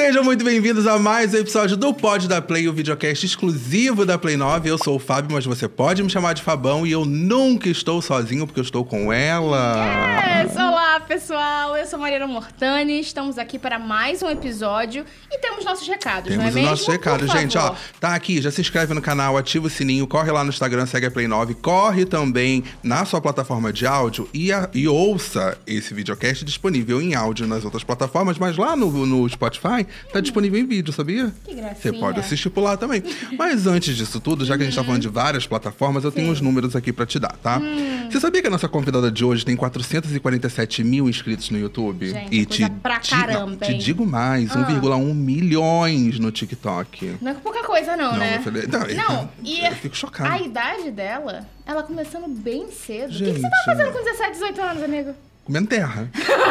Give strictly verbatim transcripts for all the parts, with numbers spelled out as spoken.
Sejam muito bem-vindos a mais um episódio do Pod da Play, o videocast exclusivo da Play nove. Eu sou o Fábio, mas você pode me chamar de Fabão e eu nunca estou sozinho porque eu estou com ela. Yes! Olá, pessoal! Eu sou Mariana Mortani, estamos aqui para mais um episódio e temos nossos recados, Temos não é os mesmo? nossos recados, Por gente, ó, favor. tá aqui, já se inscreve no canal, ativa o sininho, corre lá no Instagram, segue a Play nove, corre também na sua plataforma de áudio e, a, e ouça esse videocast disponível em áudio nas outras plataformas, mas lá no, no Spotify tá disponível em vídeo, sabia? Que gracinha. Você pode assistir por lá também. Mas antes disso tudo, já que a gente tá falando de várias plataformas, eu tenho uns números aqui pra te dar, tá? Hum. Você sabia que a nossa convidada de hoje tem quatrocentos e quarenta e sete mil inscritos no YouTube? Gente, e coisa te, pra te- caramba, não, te hein? digo mais, Ah. um vírgula um milhões no TikTok. Não é pouca coisa não, Não, né? eu falei- não, Não, e eu fico chocado. a idade dela, ela começando bem cedo. O que, que Gente. você tá fazendo com dezessete, dezoito anos, amigo? Comendo terra.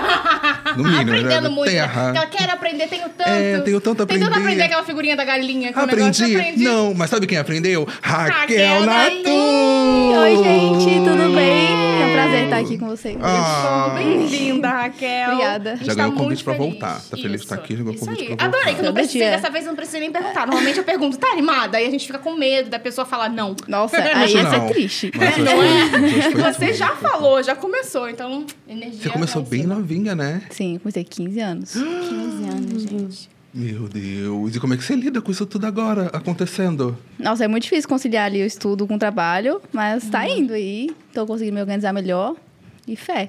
No mínimo, Aprendendo né? muito, né? Terra. Porque ela quer aprender, tenho tanto. É, tenho tanto a Tem tanto a aprender. aprender aquela figurinha da galinha. Que é um negócio, Aprendi? aprendi. Não, mas sabe quem aprendeu? Raquel, Raquel Natu! Natu! Oi, gente, tudo bem? É um prazer estar aqui com vocês. Ah. Bem-vinda, Raquel. Obrigada. A gente Já tá ganhou muito convite pra feliz. voltar. Tá feliz de estar aqui, já ganhou Isso convite aí. pra voltar. Adorei que eu não Todo precisei, dia. dessa vez eu não precisei nem perguntar. Normalmente eu pergunto, tá animada? Aí a gente fica com medo da pessoa falar não. Nossa, Mas aí ia não. ser triste. Mas hoje Não foi- é? hoje foi Você tudo. já falou, já começou, então energia. Você começou lá em bem cima. novinha, né? Sim, comecei quinze anos. quinze anos, gente. Meu Deus. E como é que você lida com isso tudo agora acontecendo? Nossa, é muito difícil conciliar ali o estudo com o trabalho, mas tá indo aí. Tô conseguindo me organizar melhor. E fé.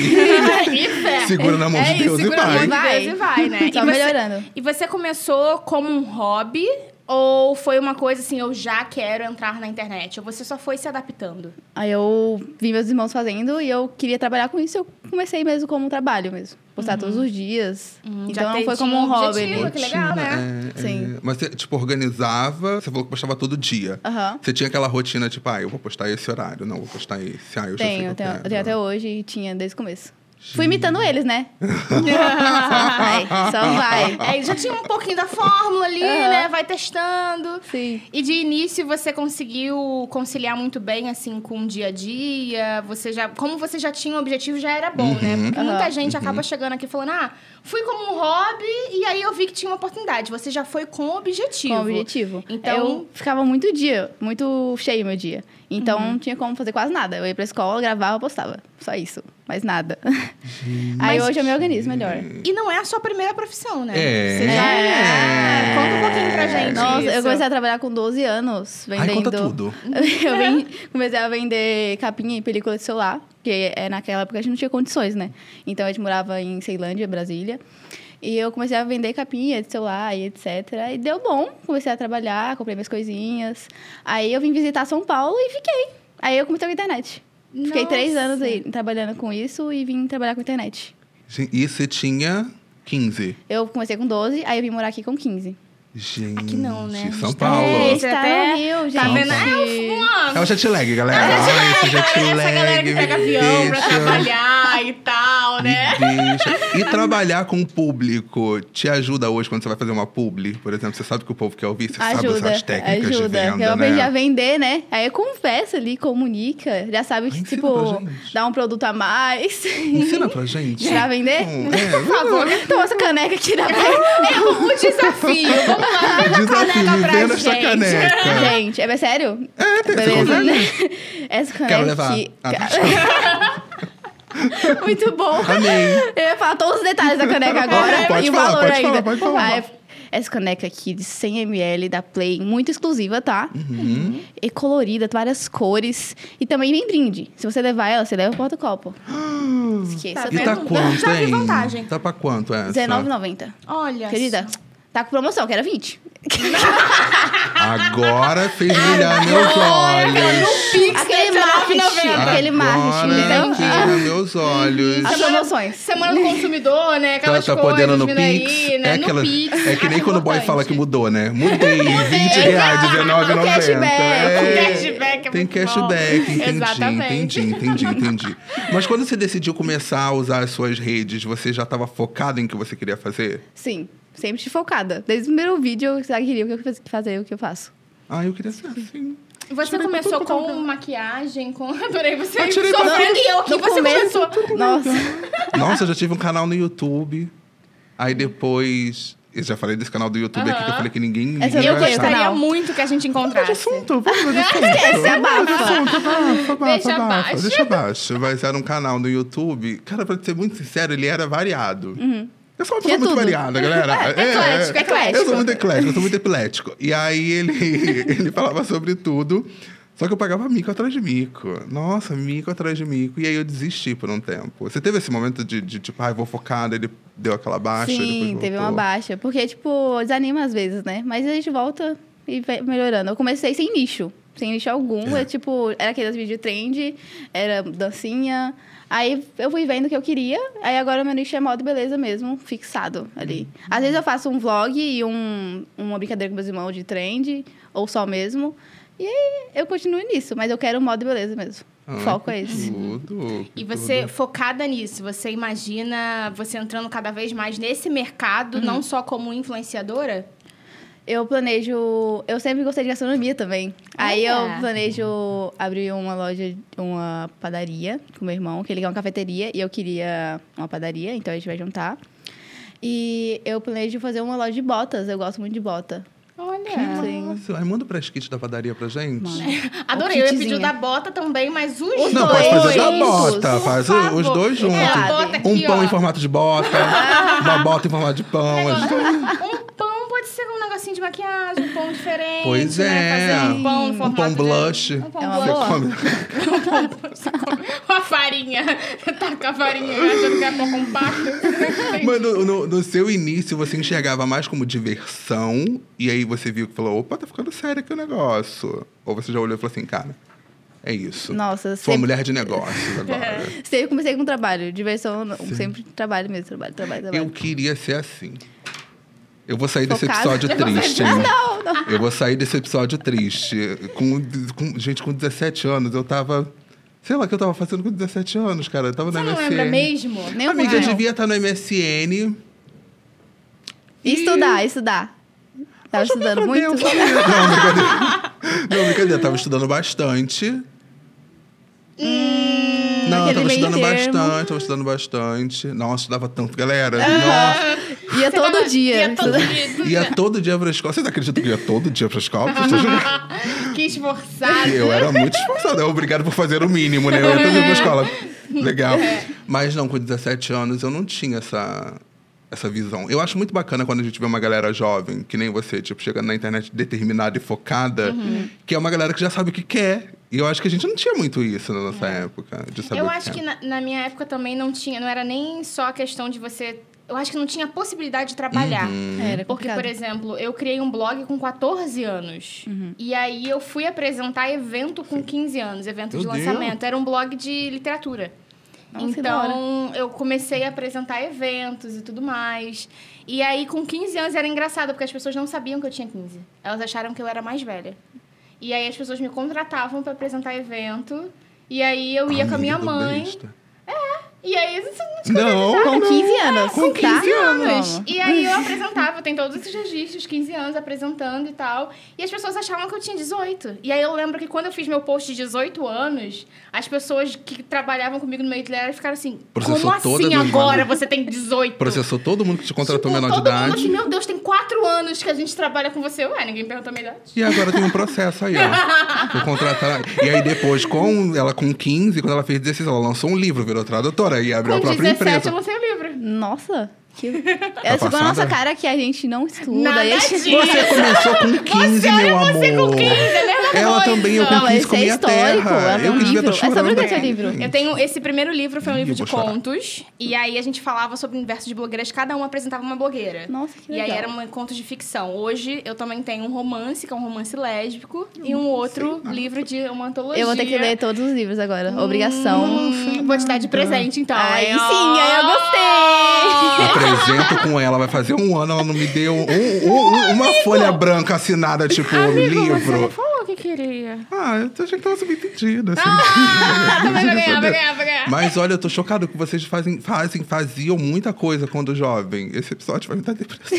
E fé. Segura na mão É de isso, Deus e segura na mão vai. de Deus e vai, né? Tá e você, melhorando. E você começou como um hobby ou foi uma coisa assim, eu já quero entrar na internet? Ou você só foi se adaptando? Aí eu vi meus irmãos fazendo e eu queria trabalhar com isso. Eu comecei mesmo como um trabalho mesmo. Postar todos os dias. Hum, então já não te- foi como tinha um um hobby. objetivo. ali. Que legal, né? É, é. Sim. Mas você, tipo, organizava... Você falou que postava todo dia. Aham. Você tinha aquela rotina, tipo, ah, eu vou postar esse horário. Não, vou postar esse. Ah, eu já sei Tenho, que eu tenho, quero. eu tenho até hoje e tinha desde o começo. Fui imitando eles, né? Só vai, só vai. É, já tinha um pouquinho da fórmula ali, Aham. né? Vai testando. Sim. E de início você conseguiu conciliar muito bem, assim, com o dia a dia? Você já, como você já tinha um objetivo, já era bom, né? Porque Aham. muita gente acaba chegando aqui falando, ah, fui como um hobby e aí eu vi que tinha uma oportunidade. Você já foi com objetivo. Com objetivo. Então- Eu ficava muito dia, muito cheio meu dia. Então, Uhum. não tinha como fazer quase nada. Eu ia pra escola, gravava, postava. Só isso. Mais nada. Aí Mas- hoje eu me organizo melhor. E não é a sua primeira profissão, né? É. Você já É. Conta um pouquinho pra gente Nossa, isso. eu comecei a trabalhar com doze anos, vendendo... Ai, conta tudo. eu vim- comecei a vender capinha e película de celular, porque é, naquela época a gente não tinha condições, né? Então, a gente morava em Ceilândia, Brasília. E eu comecei a vender capinha de celular e etcétera. E deu bom. Comecei a trabalhar, comprei minhas coisinhas. Aí eu vim visitar São Paulo e fiquei. Aí eu comecei com a internet. Fiquei três Nossa. anos aí trabalhando com isso e vim trabalhar com a internet. Gente, e você tinha quinze. Eu comecei com doze, aí eu vim morar aqui com quinze. Gente, Aqui não, né? São Tá- Paulo. É, Esse tá até- no Rio, gente. Tá vendo? São É, uma... É o jet lag, galera. É, Ai, esse jet essa lag, galera que me pega avião pra deixa. trabalhar e tal, né? Me deixa. E trabalhar com o público te ajuda hoje quando você vai fazer uma publi? Por exemplo, você sabe que o povo quer ouvir, você sabe Ajuda, as técnicas ajuda. de venda, eu aprendi né? a vender, né? Aí conversa ali, comunica. Já sabe, Ensina tipo, pra gente. dar um produto a mais. Ensina pra gente. Pra vender? Hum, é, Por favor. Toma essa caneca aqui da É o desafio. Vamos lá, venda a desafio, caneca me pra venda essa gente. caneca. Gente, é sério? É, tem você Beleza, consegue? né? Essa caneca Quero levar. aqui... Ah, tá. Muito bom. Amei. Eu ia falar todos os detalhes da caneca agora Pode e o falar, valor pode ainda. falar, pode falar. Aí, essa caneca aqui de cem mililitros da Play, muito exclusiva, tá? Uhum. E colorida, várias cores. E também vem brinde. Se você levar ela, você leva o porta-copo. Esqueça. Tá E tá vendo? quanto, Já vi hein? vantagem. Tá pra quanto essa? dezenove reais e noventa centavos. Olha. Querida, tá com promoção, que era vinte. Agora fez brilhar meus Olha, no olhos. Pix, Aquele dezenove e marketing. noventa. Aquele marketing, Agora então. fez brilhar meus olhos. As promoções. Semana do consumidor, né? Tá, Aquelas tá coisas podendo no vindo Pix. aí, né? É, aquela, no Pix. é que nem Ah, quando o boy importante. fala que mudou, né? Mudei, vinte reais, dezenove e noventa. cashback. É, O cashback é tem muito cashback, bom. entendi, Exatamente. entendi, entendi, entendi. Mas quando você decidiu começar a usar as suas redes, você já estava focado em o que você queria fazer? Sim, sempre focada. Desde o primeiro vídeo, eu já queria o que eu faz- fazer o que eu faço. Ah, eu queria ser assim. Você Tirei começou tudo, tudo, com tudo. maquiagem, com... Adorei, você Eu tirei sofrendo e eu aqui. No Você começo, começou... Nossa. Nossa, eu já tive um canal no YouTube. Aí depois Eu já falei desse canal do YouTube aqui, que eu Aham. falei que ninguém... ninguém Essa eu vai Eu conheço, achar. gostaria canal. muito que a gente encontrasse. Assunto, vamos de assunto. Esquece, abafa. Assunto, abafa, abafa, Deixa abafa. abaixo. Deixa abaixo. Mas era um canal no YouTube. Cara, pra ser muito sincero, ele era variado. Eu sou uma pessoa Tinha muito tudo. variada, galera. Eclético, eclético. Eu sou muito eclético, eu sou muito epilético. E aí ele, ele falava sobre tudo. Só que eu pagava mico atrás de mico. Nossa, mico atrás de mico. E aí eu desisti por um tempo. Você teve esse momento de, de tipo, ai, ah, vou focar, daí ele deu aquela baixa e depois Sim, voltou. teve uma baixa. Porque, tipo, desanima às vezes, né? Mas a gente volta e vai melhorando. Eu comecei sem nicho. Sem nicho algum. É. Eu, tipo, era aqueles vídeos trend, era dancinha. Aí eu fui vendo o que eu queria. Aí agora meu nicho é moda e beleza mesmo, fixado ali. Às vezes eu faço um vlog e um, uma brincadeira com meus irmãos de trend, ou só mesmo. E aí eu continuo nisso, mas eu quero moda e beleza mesmo. Ai, O foco é que esse. Tudo, E que você, tudo. focada nisso, você imagina você entrando cada vez mais nesse mercado, não só como influenciadora? Eu planejo... Eu sempre gostei de gastronomia também. Aí eu Olha. planejo abrir uma loja, uma padaria com meu irmão, que ele quer uma cafeteria e eu queria uma padaria, então a gente vai juntar. E eu planejo fazer uma loja de botas, eu gosto muito de bota. Olha. Sim. Nossa, ai, manda o press kit da padaria pra gente. Mano. Adorei, Um eu ia kitzinho. pedir o da bota também, mas os Os Não, dois. pode fazer da juntos, bota, por faz favor. os dois juntos. É, a bota aqui, um pão ó. em formato de bota, uma bota em formato de pão. Um pão pode ser um negocinho de maquiagem, um pão diferente. Pois né? é. Fazer um pão em Um formato pão de- blush. Um pão É uma blush. boa. Come- Uma farinha. Tá com a farinha achando que é pão com pato. Mas no, no- no seu início, você enxergava mais como diversão, e aí você viu que falou, opa, tá ficando sério aqui o negócio. Ou você já olhou e falou assim, cara, é isso. Nossa, Sou uma sempre, mulher de negócios agora. sempre comecei com trabalho. Diversão, não, sempre trabalho mesmo, trabalho, trabalho, trabalho. Eu queria ser assim. Eu vou sair desse Focada. episódio triste, hein? Não, não. Eu vou sair desse episódio triste. Com, com- gente, com dezessete anos, eu tava... Sei lá o que eu tava fazendo com dezessete anos, cara. Eu tava Você no não M S N. lembra mesmo? Nem um Amiga, eu pouquinho. devia estar no M S N. Estudar, estudar. Tava estudando Meu muito? Deus, não, brincadeira. Não, brincadeira. Tava estudando bastante. Hum, Não, eu aquele tava meio estudando termo. bastante, tava estudando bastante. Nossa, estudava tanto, galera. Nossa, Ia todo dia. Ia todo dia. todo ia dia. todo dia pra escola. Vocês acreditam que eu ia todo dia pra escola? Vocês estão jogando? Que esforçado. Eu era muito esforçado. Obrigado por fazer o mínimo, né? Eu ia todo dia pra escola. Legal. Mas não, com dezessete anos eu não tinha essa, essa visão. Eu acho muito bacana quando a gente vê uma galera jovem, que nem você, tipo, chegando na internet determinada e focada, que é uma galera que já sabe o que quer. E eu acho que a gente não tinha muito isso na nossa época, de saber Eu o que acho quer. que na, na minha época também não tinha, não era nem só a questão de você. Eu acho que não tinha possibilidade de trabalhar. Uhum. Era Porque, complicado. por exemplo, eu criei um blog com quatorze anos. E aí eu fui apresentar evento com quinze anos, evento Meu de Deus. lançamento. Era um blog de literatura. Nossa, que da hora. Então, eu comecei a apresentar eventos e tudo mais. E aí, com quinze anos, era engraçado, porque as pessoas não sabiam que eu tinha quinze. Elas acharam que eu era mais velha. E aí, as pessoas me contratavam para apresentar evento. E aí, eu ia com a minha Amiga, tô mãe. besta. E aí, isso Não, Com quinze anos. Com tá? quinze anos. Vamos. E aí eu apresentava, tem todos esses registros, quinze anos apresentando e tal. E as pessoas achavam que eu tinha dezoito. E aí eu lembro que quando eu fiz meu post de dezoito anos, as pessoas que trabalhavam comigo no meio do literário ficaram assim: Processou como todas assim as agora maneiras. você tem dezoito? Processou todo mundo que te contratou Tipo, menor de todo mundo idade. assim, meu Deus, tem quatro anos que a gente trabalha com você. Ué, ninguém perguntou a minha idade. E agora tem um processo aí, ó. Foi contratar. E aí depois, com ela com quinze, quando ela fez dezesseis, ela lançou um livro, virou tradutora e abriu a Com própria dezessete empresa. eu lancei o livro. Nossa, que... É tipo a passada? nossa cara que a gente não estuda. Nada e a gente... disso. Você começou com quinze, meu amor. Você com quinze, é a mesma Ela coisa. também, eu com Não, quinze esse é comia histórico, terra. é um Eu que devia livro. estar É sobre chorando. o que esse livro? Eu tenho... Esse primeiro livro foi um Ih, livro eu de vou chorar. contos. E aí a gente falava sobre o universo de blogueiras. Cada um apresentava uma blogueira. Nossa, que E aí legal. eram um contos de ficção. Hoje eu também tenho um romance, que é um romance lésbico. E um outro livro de uma antologia. Eu vou ter que ler todos os livros agora. Obrigação. Hum, vou te dar de presente, então. Aí hein? sim, Ó. aí eu gostei. Apresento com ela, vai fazer um ano, ela não me deu um- um- uma folha branca assinada, tipo, Amigo, você livro. não falou que queria. Ah, eu achei que tava subentendido, assim. Ah, vai ganhar, vai ganhar, vai ganhar. Mas olha, eu tô chocado que vocês fazem, fazem, faziam muita coisa quando jovem. Esse episódio vai me dar depressão.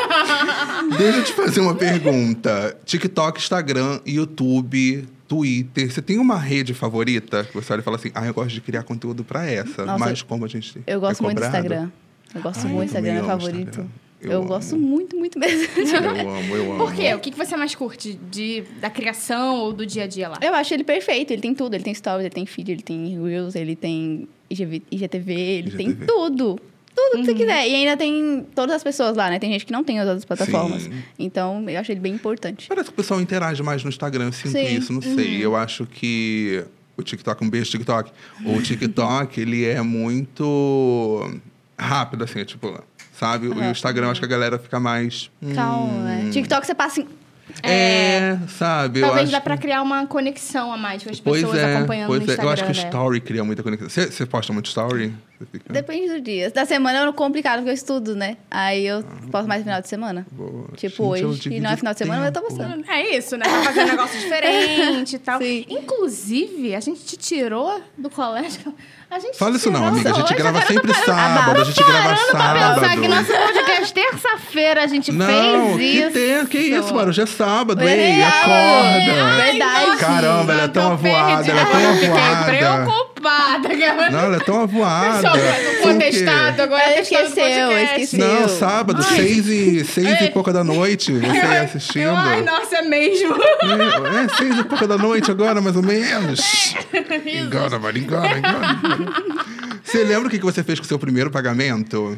Deixa eu te fazer uma pergunta. TikTok, Instagram, YouTube, Twitter. Você tem uma rede favorita? Que você olha e fala assim, ah, eu gosto de criar conteúdo pra essa. Nossa, mas como a gente Eu gosto é muito do cobrado. Instagram. Eu gosto Ai, muito do eu Instagram, também é meu amo favorito. Instagram. Eu, Eu gosto amo. muito, muito mesmo. Eu amo, eu amo. Por quê? O que que você mais curte de, da criação ou do dia a dia lá? Eu acho ele perfeito. Ele tem tudo. Ele tem stories, ele tem feed, ele tem reels, ele tem I G V, I G T V, ele I G T V. tem tudo. Tudo que você quiser. E ainda tem todas as pessoas lá, né? Tem gente que não tem as outras plataformas. Sim. Então, eu acho ele bem importante. Parece que o pessoal interage mais no Instagram, eu sinto Sim. isso, não sei. Eu acho que o TikTok, um beijo TikTok. O TikTok, ele é muito rápido, assim, é tipo, sabe? O Uhum. Instagram, acho que a galera fica mais... Calma, hum, né? TikTok você passa em... É, sabe? eu Talvez acho dá pra que- criar uma conexão a mais com as Pois pessoas é, acompanhando pois no é. Instagram, Eu acho que o né? story cria muita conexão. Você, você posta muito story? Você fica... Depende dos dias. Da semana é complicado porque eu estudo, né? Aí eu posto mais no final de semana. Boa. Tipo, Gente, eu hoje, que divido não é final de semana, mas eu tô tempo. postando. É isso, né? Pra fazer um negócio diferente e tal. Sim. Inclusive, a gente te tirou do colégio. A gente Fala te isso não, tirou amiga. A gente hoje, grava agora eu tô sempre parando- sábado. A gente grava Parando pra sábado. pensar que nosso podcast, terça-feira, a gente Não, fez que, isso. ter, que isso, mano? Hoje é sábado, Hoje é ei, sábado. acorda. Verdade. Caramba, ela é tão Eu perdi. avoada, ela é tão Eu Fiquei avoada. preocupada. Não, ela é tão avoada. Só Foi o contestado, quê? agora Ela testando o esqueceu, podcast. esqueci. Não, sábado, seis e, seis e pouca da noite, você ia assistindo. Eu, ai, nossa, é mesmo. É, é, seis e pouca da noite agora, mais ou menos. Engana, mano, engana, engana. Você lembra o que que você fez com o seu primeiro pagamento?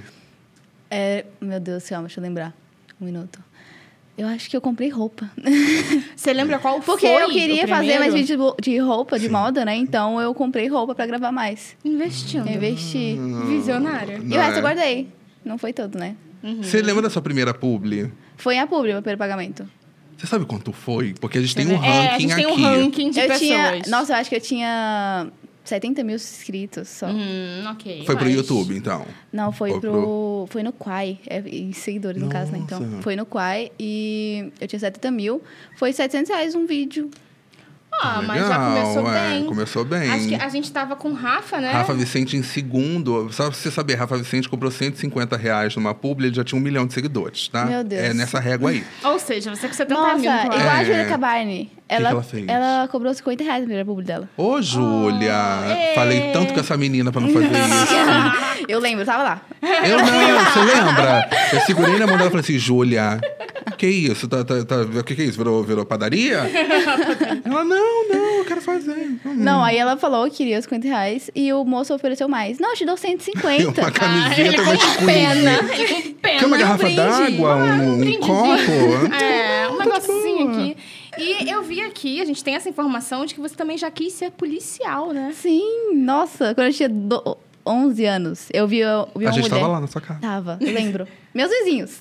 É, meu Deus do céu, deixa eu lembrar. Um minuto. Eu acho que eu comprei roupa. Você lembra qual Porque foi eu queria o fazer mais primeiro? vídeo de roupa, de moda, né? Então eu comprei roupa pra gravar mais. Investindo. Eu investi. Visionária. E o resto é. eu guardei. Não foi todo, né? Você lembra da sua primeira publi? Foi a publi, meu primeiro pagamento. Você sabe quanto foi? Porque a gente tem um É, a ranking gente tem um aqui. ranking de eu pessoas. tinha. Nossa, eu acho que eu tinha setenta mil inscritos só. Hum, ok. Foi pro mas- YouTube, então. Não, foi Ou pro... pro- Foi no Quai. É, em seguidores, no caso, né? Então, Nossa. foi no Quai e eu tinha setenta mil. Foi setecentos reais um vídeo. Ah, mas já Legal, começou é, bem. começou bem. Acho que a gente tava com o Rafa, né? Rafa Vicente em segundo. Só pra você saber, Rafa Vicente comprou cento e cinquenta reais numa publi, ele já tinha um milhão de seguidores, tá? Meu Deus. É nessa régua aí. Ou seja, você com setenta Nossa, mil. claro. igual a É. Júlia Cabarne. Ela, que ela fez? ela cobrou cinquenta reais na primeira publi dela. Ô, Júlia, é. falei tanto com essa menina pra não fazer isso. Eu lembro, eu tava lá. Eu não, você lembra? Eu segurei na mão dela e falei assim, Júlia, que isso? Tá, tá, tá, o que que é isso? Virou, virou padaria? Ela, não, não, eu quero fazer. Hum. Não, aí ela falou que queria os cinquenta reais e o moço ofereceu mais. Não, eu te dou cento e cinquenta. Uma Ah, camiseta, ele uma com pena. squeeze. Ele com pena. Quer uma garrafa brinde. d'água? Um, um brindezinho. copo? É, um negocinho boa. aqui. E eu vi aqui, a gente tem essa informação de que você também já quis ser policial, né? Sim, nossa, quando eu tinha do- onze anos, eu vi, eu vi uma A gente mulher. tava lá na sua casa. Tava, eu lembro. Meus vizinhos.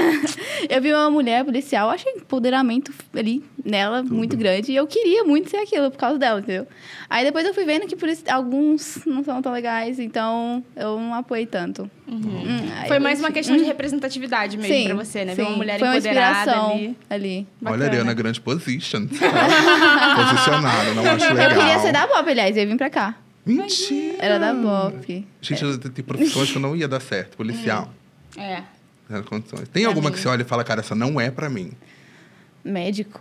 É. Eu vi uma mulher policial, achei empoderamento ali nela muito grande. E eu queria muito ser aquilo por causa dela, entendeu? Aí depois eu fui vendo que polici- alguns não são tão legais, então eu não apoiei tanto. Hum, aí Foi eu mais uma desisti. questão de representatividade mesmo pra você, né? Ver uma sim. mulher Foi uma empoderada inspiração ali. ali. Olha, Bacana. Ariana, grande position. Posicionada, não acho legal. Eu queria ser da Bop, aliás, eu ia vir pra cá. Mentira. Era da Bop. Gente, eu- tem profissões que eu não ia dar certo. Policial. É. Zero condições. Tem Pra alguma mim. que você olha e fala, cara, essa não é pra mim. Médico.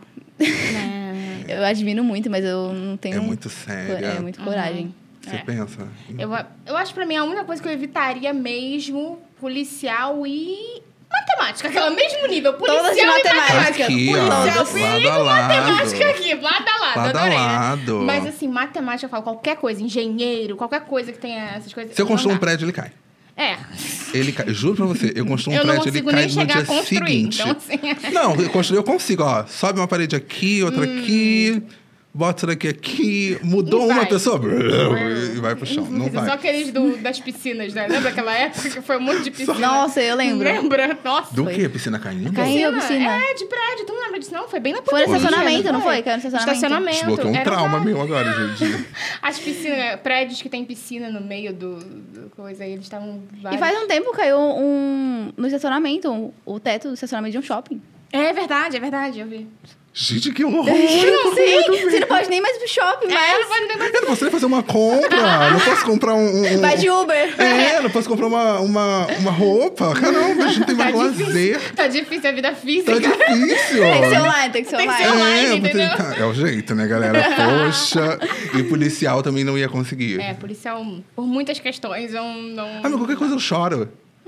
É. Eu admiro muito, mas eu não tenho... É muito cor- séria. É muito coragem. Você É. pensa? Eu, eu acho pra mim a única coisa que eu evitaria mesmo, policial e matemática. Aquela mesmo nível, policial Todas de e matemática. matemática. Aqui, ó. Policial, Todas. perigo, Lado a lado. matemática aqui, lado a lado. Lado a adorei, né? lado. Mas assim, matemática, eu falo qualquer coisa, engenheiro, qualquer coisa que tenha essas coisas. Se eu não construo um dá. prédio, ele cai. É. Ele cai. Juro pra você, eu construo um Eu não prédio, ele consigo cai nem no chegar dia a construir. seguinte. Então, assim. Não, eu construir eu consigo, ó. Sobe uma parede aqui, outra Hum. aqui, bota isso daqui aqui, mudou Não uma vai. pessoa e vai pro chão. Não Só vai. aqueles do, das piscinas, né? Lembra aquela época que foi um monte de piscina? Nossa, eu lembro. Lembra? Nossa. Do Foi. quê? Piscina caindo? Caindo. a piscina. É, de prédio. Tu não lembra disso, não? Foi bem na Foi no pandemia, estacionamento, não foi? Caiu no estacionamento. Estacionamento. Desbloqueou um Era trauma uma- meu agora, gente. As piscinas, prédios que tem piscina no meio do, do coisa aí, eles estavam E vários. faz um tempo caiu um... No estacionamento, um- o teto do estacionamento de um shopping. É verdade, é verdade, eu vi. Gente, que horror! Sim, você não pode nem mais pro shopping, É, não mas... pode nem mais... Eu não posso nem fazer uma compra. Não posso comprar um... um- Vai de Uber. É, não posso comprar uma, uma, uma roupa. Caramba, a gente não tem mais Tá lazer. difícil, tá difícil a vida física. Tá difícil. Tem que ser online, tem que ser Tem que online. ser online. É, vou entendeu? tentar. É o jeito, né, galera? Poxa. E policial também não ia conseguir. É, policial, por muitas questões, eu não... Ah, mas qualquer coisa eu choro.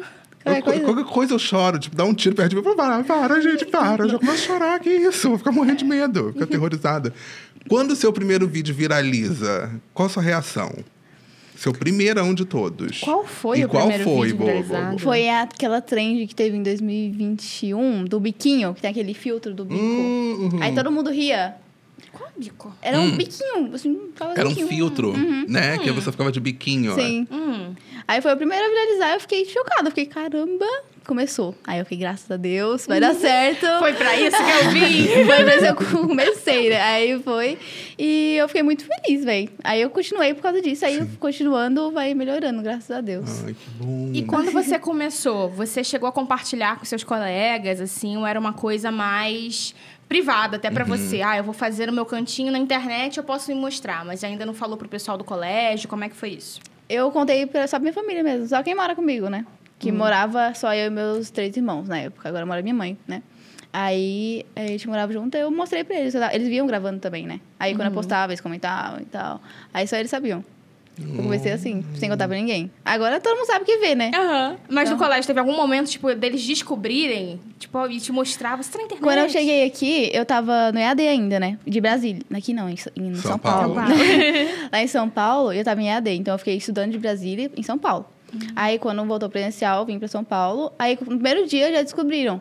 Qualquer Qualquer coisa. coisa. coisa eu choro, tipo, dá um tiro perto de mim. Eu falo, para, para, gente, para. Eu já começo a chorar, que isso? Vou ficar morrendo de medo, ficar aterrorizada. Quando o seu primeiro vídeo viraliza, qual a sua reação? Seu primeirão de todos. Qual foi E o qual primeiro foi, vídeo Bobo? viralizado? Foi aquela trend que teve em dois mil e vinte e um, do biquinho, que tem aquele filtro do bico. Hum, uhum. Aí todo mundo ria. Qual bico? Era um biquinho, assim, ficava Era um biquinho. filtro, né? Que você ficava de biquinho. Sim. Hum. Aí foi o primeiro a viralizar, eu fiquei chocada. Eu fiquei, caramba, começou. Aí eu fiquei, graças a Deus, vai dar certo. Foi pra isso que eu vim. Foi pra isso que eu comecei, né? Aí foi. E eu fiquei muito feliz, velho. Aí eu continuei por causa disso. Aí eu continuando, vai melhorando, graças a Deus. Ai, que bom. E quando você começou, você chegou a compartilhar com seus colegas, assim, ou era uma coisa mais privada até pra você? Ah, eu vou fazer o meu cantinho na internet, eu posso me mostrar, mas ainda não falou pro pessoal do colégio, como é que foi isso? Eu contei pra, só pra minha família mesmo, só quem mora comigo, né? Que Hum. morava só eu e meus três irmãos na época, agora mora minha mãe, né? Aí a gente morava junto, eu mostrei pra eles, eles viam gravando também, né? Aí quando eu postava, eles comentavam e tal. Aí só eles sabiam. Eu comecei assim, sem contar pra ninguém. Agora todo mundo sabe o que vê, né? Aham. Mas Então- no colégio teve algum momento, tipo, deles descobrirem, tipo, e te mostrar, você tá na internet? Quando eu cheguei aqui, eu tava no E A D ainda, né? De Brasília. Aqui não, em, S- em São, São Paulo. Paulo. Lá em São Paulo, eu tava em E A D. Então, eu fiquei estudando de Brasília em São Paulo. Aí, quando voltou presencial, vim pra São Paulo. Aí, no primeiro dia, já descobriram.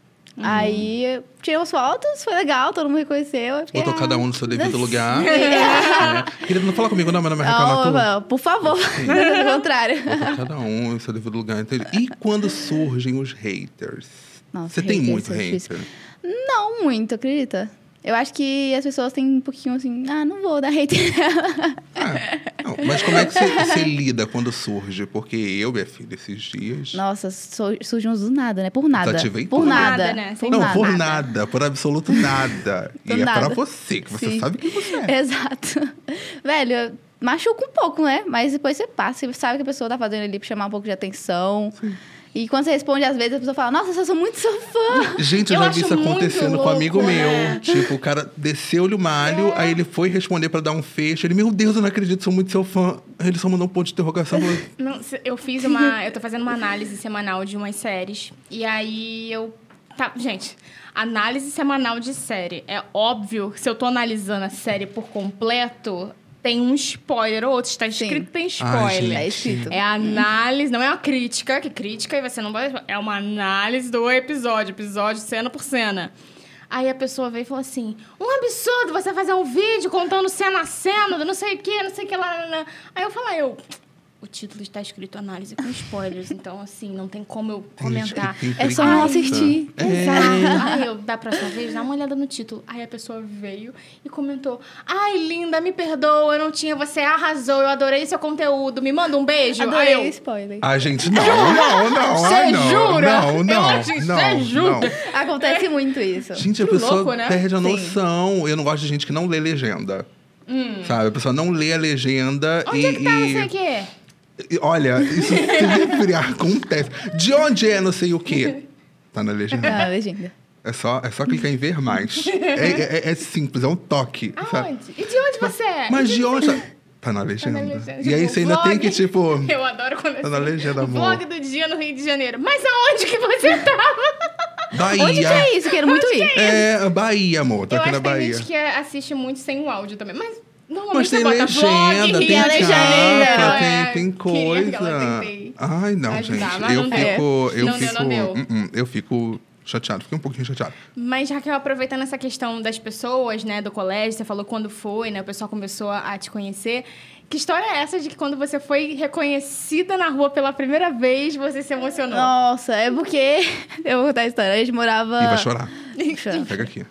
Aí, eu tirei umas fotos, foi legal, todo mundo reconheceu. eu fiquei, Botou ah, cada um no seu devido Sim. lugar. É. Querido, não fala comigo, não, meu nome é Raquel Não, Natu. por favor, pelo contrário. Botou cada um no seu devido lugar. Entendi. E quando surgem os haters? Nossa, Você tem haters muito é hater? difícil. Não muito, acredita? Eu acho que as pessoas têm um pouquinho assim, ah, não vou dar hater nela. Ah, não, mas como é que você, você lida quando surge? Porque eu, minha filha, esses dias... Nossa, su- surge uns do nada, né? Por nada. Desativei Por tudo. nada. Nada, né? Sem Não, nada. por nada, por absoluto nada. E Por é nada. pra você, que você Sim. sabe quem você é. Exato. Velho, machuca um pouco, né? Mas depois você passa, você sabe que a pessoa tá fazendo ali pra chamar um pouco de atenção. Sim. E quando você responde, às vezes, a pessoa fala, nossa, eu sou muito seu fã. Gente, eu, Eu já vi acho isso muito acontecendo com um louco, amigo né? meu. Tipo, o cara desceu-lhe o malho, aí ele foi responder pra dar um fecho. Ele, meu Deus, eu não acredito, sou muito seu fã. Aí ele só mandou um ponto de interrogação. Falou, Não, se- eu fiz uma... Eu tô fazendo uma análise semanal de umas séries. E aí eu... Tá, gente, análise semanal de série. É óbvio que se eu tô analisando a série por completo, tem um spoiler ou outro. Está escrito Sim. tem Ai, spoiler. É escrito. É a análise, não é uma crítica, que crítica e você não vai... É uma análise do episódio, episódio cena por cena. Aí a pessoa veio e falou assim, um absurdo você fazer um vídeo contando cena a cena, do não sei o que, não sei o que lá, lá, lá. Aí eu falei, eu... O título está escrito análise com spoilers, então, assim, não tem como eu comentar. Tem gente que tem É só não preguiça. assistir. Exato. Aí eu, da próxima vez, dá uma olhada no título. Aí a pessoa veio e comentou, ai, linda, me perdoa, eu não tinha, você arrasou, eu adorei seu conteúdo, me manda um beijo. Adorei Aí eu, spoiler. Ah, gente, não, não, não. Cê ai, não, jura? Não, Eu não, acho que não, cê jura? não. Acontece muito isso. Gente, a Que pessoa louco, né? perde a Sim. noção. Eu não gosto de gente que não lê legenda. Sabe? A pessoa não lê a legenda onde e... é que tá, não e- sei o quê? e, olha, isso se refriar acontece. De onde é não sei o quê? Tá na legenda. Ah, legenda. É só, é só clicar em ver mais. É, é- é simples, é um toque. sabe? Aonde? E de onde você é? Mas E de onde... Tá na Tá na legenda. legenda. E aí Tipo, você ainda vlog. tem que, tipo... Eu adoro quando é Tá na assim, legenda, amor. vlog do dia no Rio de Janeiro. Mas aonde que você tava? Bahia. Onde que é isso? Quero muito ir. É, Bahia, amor. Tá Eu aqui acho na que tem Bahia. gente que assiste muito sem o áudio também. Mas normalmente Mas você tem bota legenda, vlog, tem Rio de Janeiro. capa, é. tem, tem Queria que ela coisa. tentei Ai, não, ajudar, gente. mas Eu não deu. fico... Eu Não fico... deu, não deu. Hum, hum, eu fico chateado. Fiquei um pouquinho chateado. Mas, Raquel, aproveitando essa questão das pessoas, né, do colégio, você falou quando foi, né, o pessoal começou a te conhecer. Que história é essa de que quando você foi reconhecida na rua pela primeira vez, você se emocionou? Nossa, é porque... Eu vou contar a história. A gente morava... E vai chorar. Chorar. Pega aqui.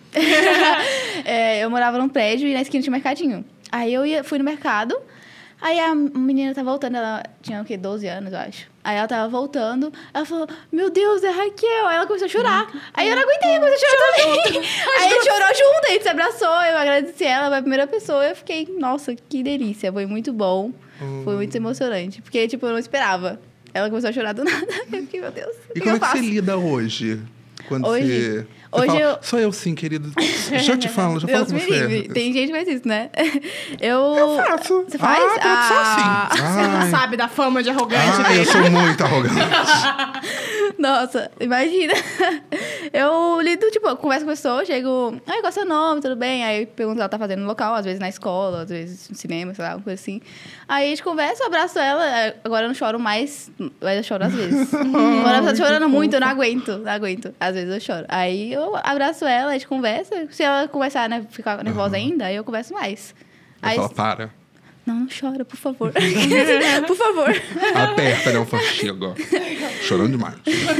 É, eu morava num prédio e na esquina tinha um mercadinho. Aí eu ia, fui no mercado, aí a menina tava voltando, ela tinha o quê? doze anos, eu acho. Aí ela tava voltando, ela falou, meu Deus, é Raquel. Aí ela começou a chorar. Aí eu não aguentei, eu comecei a chorar também. Aí a gente chorou junto, a gente se abraçou, eu agradeci ela, foi a primeira pessoa. Eu fiquei, nossa, que delícia, foi muito bom. Foi muito emocionante, porque, tipo, eu não esperava. Ela começou a chorar do nada. Eu fiquei, meu Deus, o E que como eu é que faço? você lida hoje? Quando Hoje? você... você Hoje fala, eu- Sou eu sim, querido. Já te falo, já falo Deus com me você. livre. Tem gente que faz isso, né? Eu... Eu faço. Você faz? Ah, pode ser assim. Você não Ai. sabe da fama de arrogante Ah, dele. eu sou muito arrogante. Nossa, imagina. Eu lido, tipo, eu converso com a pessoa, chego... Ai, qual é o seu nome? Tudo bem? Aí pergunto o que ela tá fazendo no local, às vezes na escola, às vezes no cinema, sei lá, alguma coisa assim. Aí a gente conversa, eu abraço ela. Agora eu não choro mais, mas eu choro às vezes. Quando ela tá chorando muito, eu não aguento, não aguento. Às vezes eu choro. Aí eu abraço ela, a gente conversa. Se ela começar a né, ficar nervosa ainda, aí eu converso mais. Aí Aí, fala, para. não, não chora, por favor. Por favor. Aperta, né? Eu falo, chega. Chorando demais.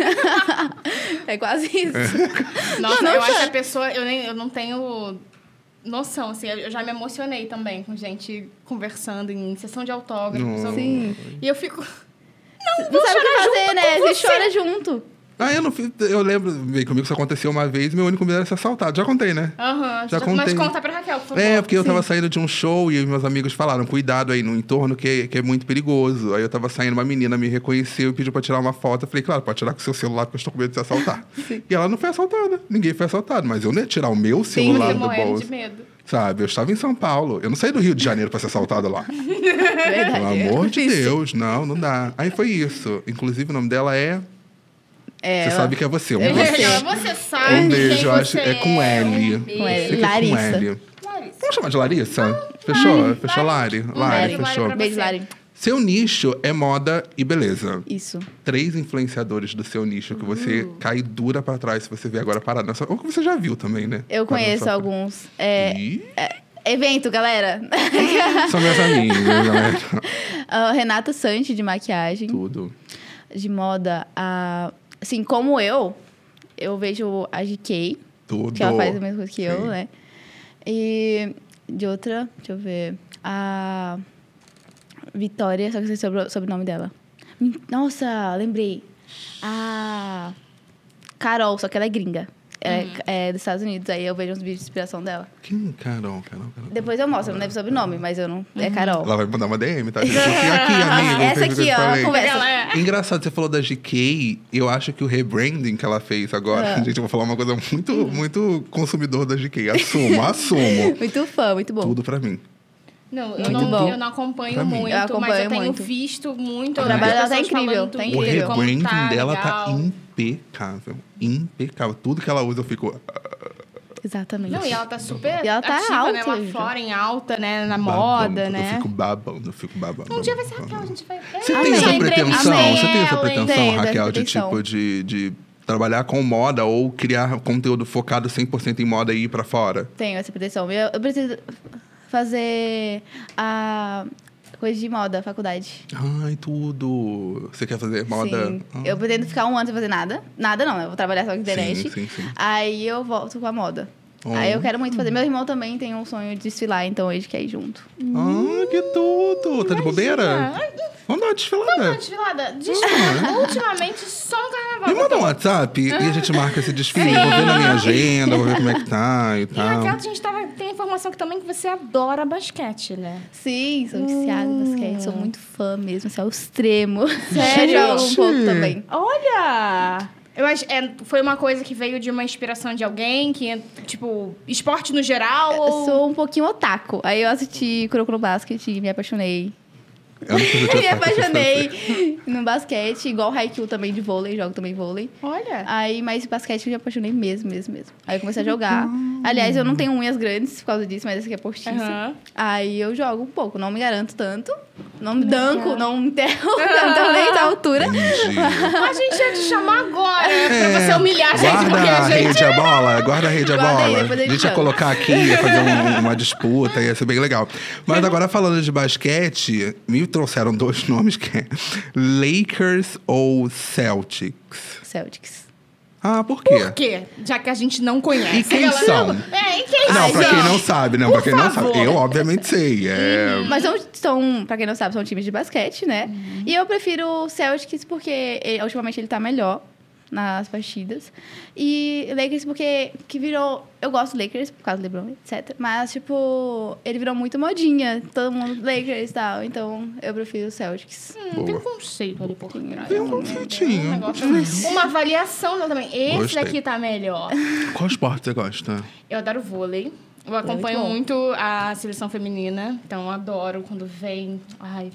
É quase isso. Nossa, Não, não eu acho chora. que a pessoa... Eu, nem, eu não tenho noção, assim. Eu já me emocionei também com gente conversando em sessão de autógrafos. Não. Sim. E eu fico... Não sabe o que fazer, né? Você chora junto. Ah, eu não fiz. Eu lembro, veio comigo, isso aconteceu uma vez, meu único medo era ser assaltado. Já contei, né? Aham. Já Mas contei. conta pra Raquel, por favor. É, porque eu Sim. tava saindo de um show e meus amigos falaram, cuidado aí no entorno que, que é muito perigoso. Aí eu tava saindo, uma menina me reconheceu e pediu pra tirar uma foto. Eu falei, claro, pode tirar com o seu celular porque eu estou com medo de ser assaltar. E ela não foi assaltada, ninguém foi assaltado, mas eu não ia tirar o meu Sim, celular você do morrendo bolso. de medo. Sabe, eu estava em São Paulo. Eu não saí do Rio de Janeiro pra ser assaltada lá. Verdade. Pelo é amor de difícil. Deus, não, não dá. Aí foi isso. Inclusive o nome dela é... É, Você ela- sabe que é você. Um É beijo. você. Raquel, você sabe Um beijo, quem eu acho. você É com L. Um beijo. Com L. Sei que é Larissa. com L. Larissa. Vamos chamar de Larissa? Fechou? Fechou, Lari? Um Lari, beijo, Lari, fechou. pra Beijo, você. Lari. Seu nicho é moda e beleza. Isso. Três influenciadores do seu nicho que você Uhum. cai dura pra trás se você vê agora parado. Nessa... Ou que você já viu também, né? Eu Parado conheço nessa- alguns. É, Ih, evento, galera. são meus amigos, galera. A Renata Santi, de maquiagem. Tudo. De moda. A... Assim, como eu, eu vejo a G K, Tudo. que ela faz a mesma coisa que eu, Sim. né? E de outra, deixa eu ver. A Vitória, só que eu sei sobre o sobrenome dela. Nossa, lembrei. A Carol, só que ela é gringa. Ela Uhum. é, é dos Estados Unidos, aí eu vejo uns vídeos de inspiração dela. Quem? Carol, Carol, Carol. Depois eu mostro, eu não lembro o sobrenome, mas eu não. É Carol. Ela vai mandar uma D M, tá? Gente? Aqui, aqui, amigo. Essa fez o que aqui, eu ó, falei. conversa. Ela é... Engraçado, você falou da G K, eu acho que o rebranding que ela fez agora, É. gente, eu vou falar uma coisa muito, muito consumidor da G K. Assumo, assumo. Muito fã, muito bom. Tudo pra mim. Não, eu Muito não, bom. eu não acompanho Pra mim. muito, Eu mas acompanho eu tenho muito. visto muito. O trabalho dela tá pessoas incrível, falando tá do O incrível. como rebranding tá dela tá legal. impecável. Impecável. Tudo que ela usa, eu fico... Exatamente. Não, e ela tá super E ela tá ativa, né? alta, Lá gente. fora, em alta, né? Na babando. moda, né? Eu fico babando, eu fico babando. Um dia vai ser Raquel, a gente vai... Você Ai, tem essa Amém. pretensão? Amém. Você tem essa Ela, pretensão, Tenho, tenho Raquel, essa de pretensão. tipo de, de trabalhar com moda ou criar conteúdo focado cem por cento em moda e ir pra fora? Tenho essa pretensão. Eu, eu preciso fazer a coisa de moda, faculdade. Ai, tudo. Você quer fazer moda? Sim. Ah. Eu pretendo ficar um ano sem fazer nada. Nada não, eu vou trabalhar só com internet. Sim, sim, sim. Aí eu volto com a moda. Oh. Aí eu quero muito fazer. Meu irmão também tem um sonho de desfilar, então ele quer ir junto. Ah, que tudo! Tá de bobeira? Vamos dar uma desfilada. Desfilada. Desfilada. Ultimamente, só no carnaval. Me manda um WhatsApp e a gente marca esse desfile. Eu vou ver na minha agenda, vou ver como é que tá e E tal. Raquel, a gente tava, tem a informação que também que você adora basquete, né? Sim, sou viciada em basquete. Sou muito fã mesmo, assim, ao extremo. Sério? Eu jogo um pouco também. Olha! Eu acho, é, foi uma coisa que veio de uma inspiração de alguém, que é, tipo, esporte no geral, Eu ou... sou um pouquinho otaku. Aí eu assisti Kuroko no Basket e me apaixonei. Eu não sei se eu me tinha saco de fazer. apaixonei no basquete, igual Haikyuu também de vôlei, jogo também vôlei. Olha! Aí, mas basquete eu me apaixonei mesmo, mesmo, mesmo. Aí eu comecei a jogar. Aliás, eu não tenho unhas grandes por causa disso, mas essa aqui é postiça. Aham. Aí eu jogo um pouco, não me garanto tanto. Não me danco, não me enterro, não tenho nem essa altura. Entendi. A gente ia te chamar agora pra você humilhar a gente, Guarda porque a a gente... rede a bola, guarda a rede a Guarda aí, bola. depois eu A te gente ia chamo. colocar aqui, ia fazer um- uma disputa, ia ser bem legal. Mas agora falando de basquete, me trouxeram dois nomes que é Lakers ou Celtics. Celtics. Ah, por quê? Por quê? Já que a gente não conhece. E quem Ela- são? É, e quem Não, são? pra quem não sabe, não, Por pra quem não favor. sabe. Eu, obviamente, sei. É... Mas são, são, pra quem não sabe, são times de basquete, né? E eu prefiro o Celtics porque ele- ultimamente ele tá melhor nas partidas. E Lakers porque que virou... Eu gosto do Lakers por causa do LeBron, etcétera. Mas, tipo, ele virou muito modinha. Todo mundo Lakers e tal. Então, eu prefiro o Celtics. Hum, tem Boa. um conceito ali por trás. Tem um conceitinho. Um negócio- uma avaliação não, também. Esse Gostei. daqui tá melhor. Qual esporte você gosta? Eu adoro vôlei. Eu acompanho bom. muito a seleção feminina. Então, eu adoro quando vem... Ai,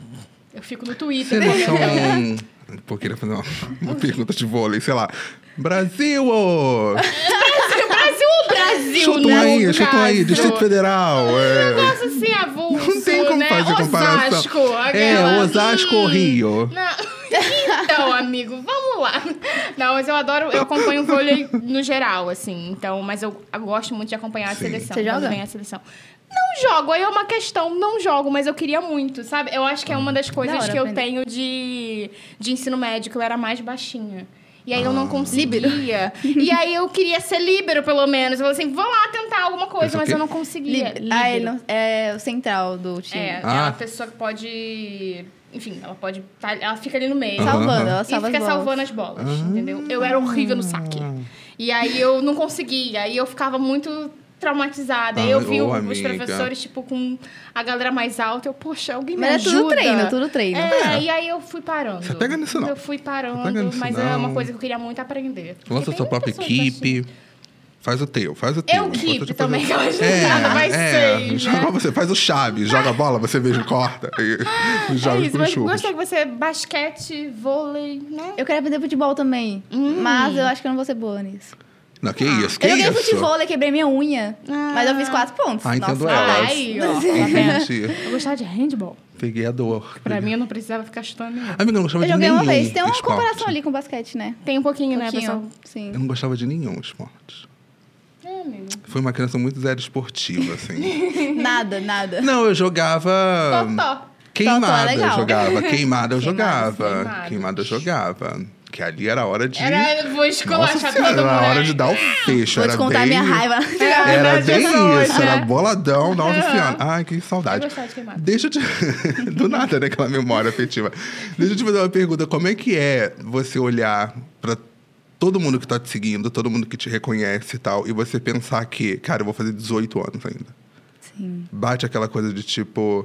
Eu fico no Twitter. Você não são... né? Pô, eu queria fazer uma, uma pergunta de vôlei, sei lá. Brasil! ô! Brasil, Brasil ou Brasil, Chutam né? aí, no chutam aí. caso? Distrito Federal. É... Nossa, assim, avulso, Não tem como né? fazer comparação. Osasco, É, aquela... Osasco ou Hum, Rio? Não. Então, amigo, vamos lá. Não, mas eu adoro, eu acompanho o vôlei no geral, assim. Então, mas eu, eu gosto muito de acompanhar Sim. a seleção. Você quando joga? vem a seleção. Não jogo, aí é uma questão, não jogo, mas eu queria muito, sabe? Eu acho que é uma das coisas Da hora que eu aprender. tenho de, de ensino médio, que eu era mais baixinha. E aí eu não Ah. conseguia. E aí eu queria ser líbero, pelo menos. Eu falei assim, vou lá tentar alguma coisa, Esse é o mas quê? eu não conseguia. Li- Ah, ele Líbero. não, é o central do time. É, Ah. é uma pessoa que pode... Enfim, ela pode... tá- ela fica ali no meio. Aham. Salvando, ela E salva fica as bolas. salvando as bolas, entendeu? Eu era horrível no saque. E aí eu não conseguia. Aí eu ficava muito traumatizada. Aí eu Ai, vi ô, os amiga. professores, tipo, com a galera mais alta. Eu, poxa, alguém me Mas é ajuda. tudo treino, tudo treino. É, É. e aí eu fui parando. Você pega nisso, não. Eu fui parando, Pega nisso, mas é não. uma coisa que eu queria muito aprender. Porque Lança a tem sua própria pessoas equipe. Faz o teu, faz o teu. Eu Enquanto keep eu te também, fazer- que eu acho que nada vai ser, joga né? você, faz o chave, joga a bola, você mesmo corta e, e joga É isso, pro mas churros. gostei que você... Basquete, vôlei, né? Eu quero aprender futebol também. Mas eu acho que eu não vou ser boa nisso. Não, que isso, que eu joguei isso? futebol, eu quebrei minha unha. Ah. Mas eu fiz quatro pontos. Ah, entendo Nossa, elas. Ai, ó, tá vendo? Gente, Eu gostava de handball. peguei a dor. Pra mim, eu não precisava ficar chutando nenhum. Amiga, eu não gostava Eu de joguei nenhum uma vez. Tem uma esporte. comparação ali com basquete, né? Tem um pouquinho, né, Pouquinho, pessoal? Sim. Eu não gostava de nenhum esporte. É, amigo. Fui uma criança muito zero esportiva, assim. Nada, nada. Não, eu jogava... Totó. Queimada Totó é eu legal. jogava. Queimada eu Queimadas, jogava. queimadas. Queimada eu jogava. Que ali era a hora de... Era, vou Nossa esculachar senhora, todo mundo. era a hora né? de dar o fecho. Vou era descontar bem... minha raiva. Era das bem pessoas, isso, né? era boladão, nossa Aham. senhora. Ai, que Eu saudade. gostava de queimada. Deixa eu te... Do nada, né? Aquela memória afetiva. Deixa eu te fazer uma pergunta. Como é que é você olhar pra todo mundo que tá te seguindo, todo mundo que te reconhece e tal, e você pensar que, cara, eu vou fazer dezoito anos ainda? Sim. Bate aquela coisa de tipo...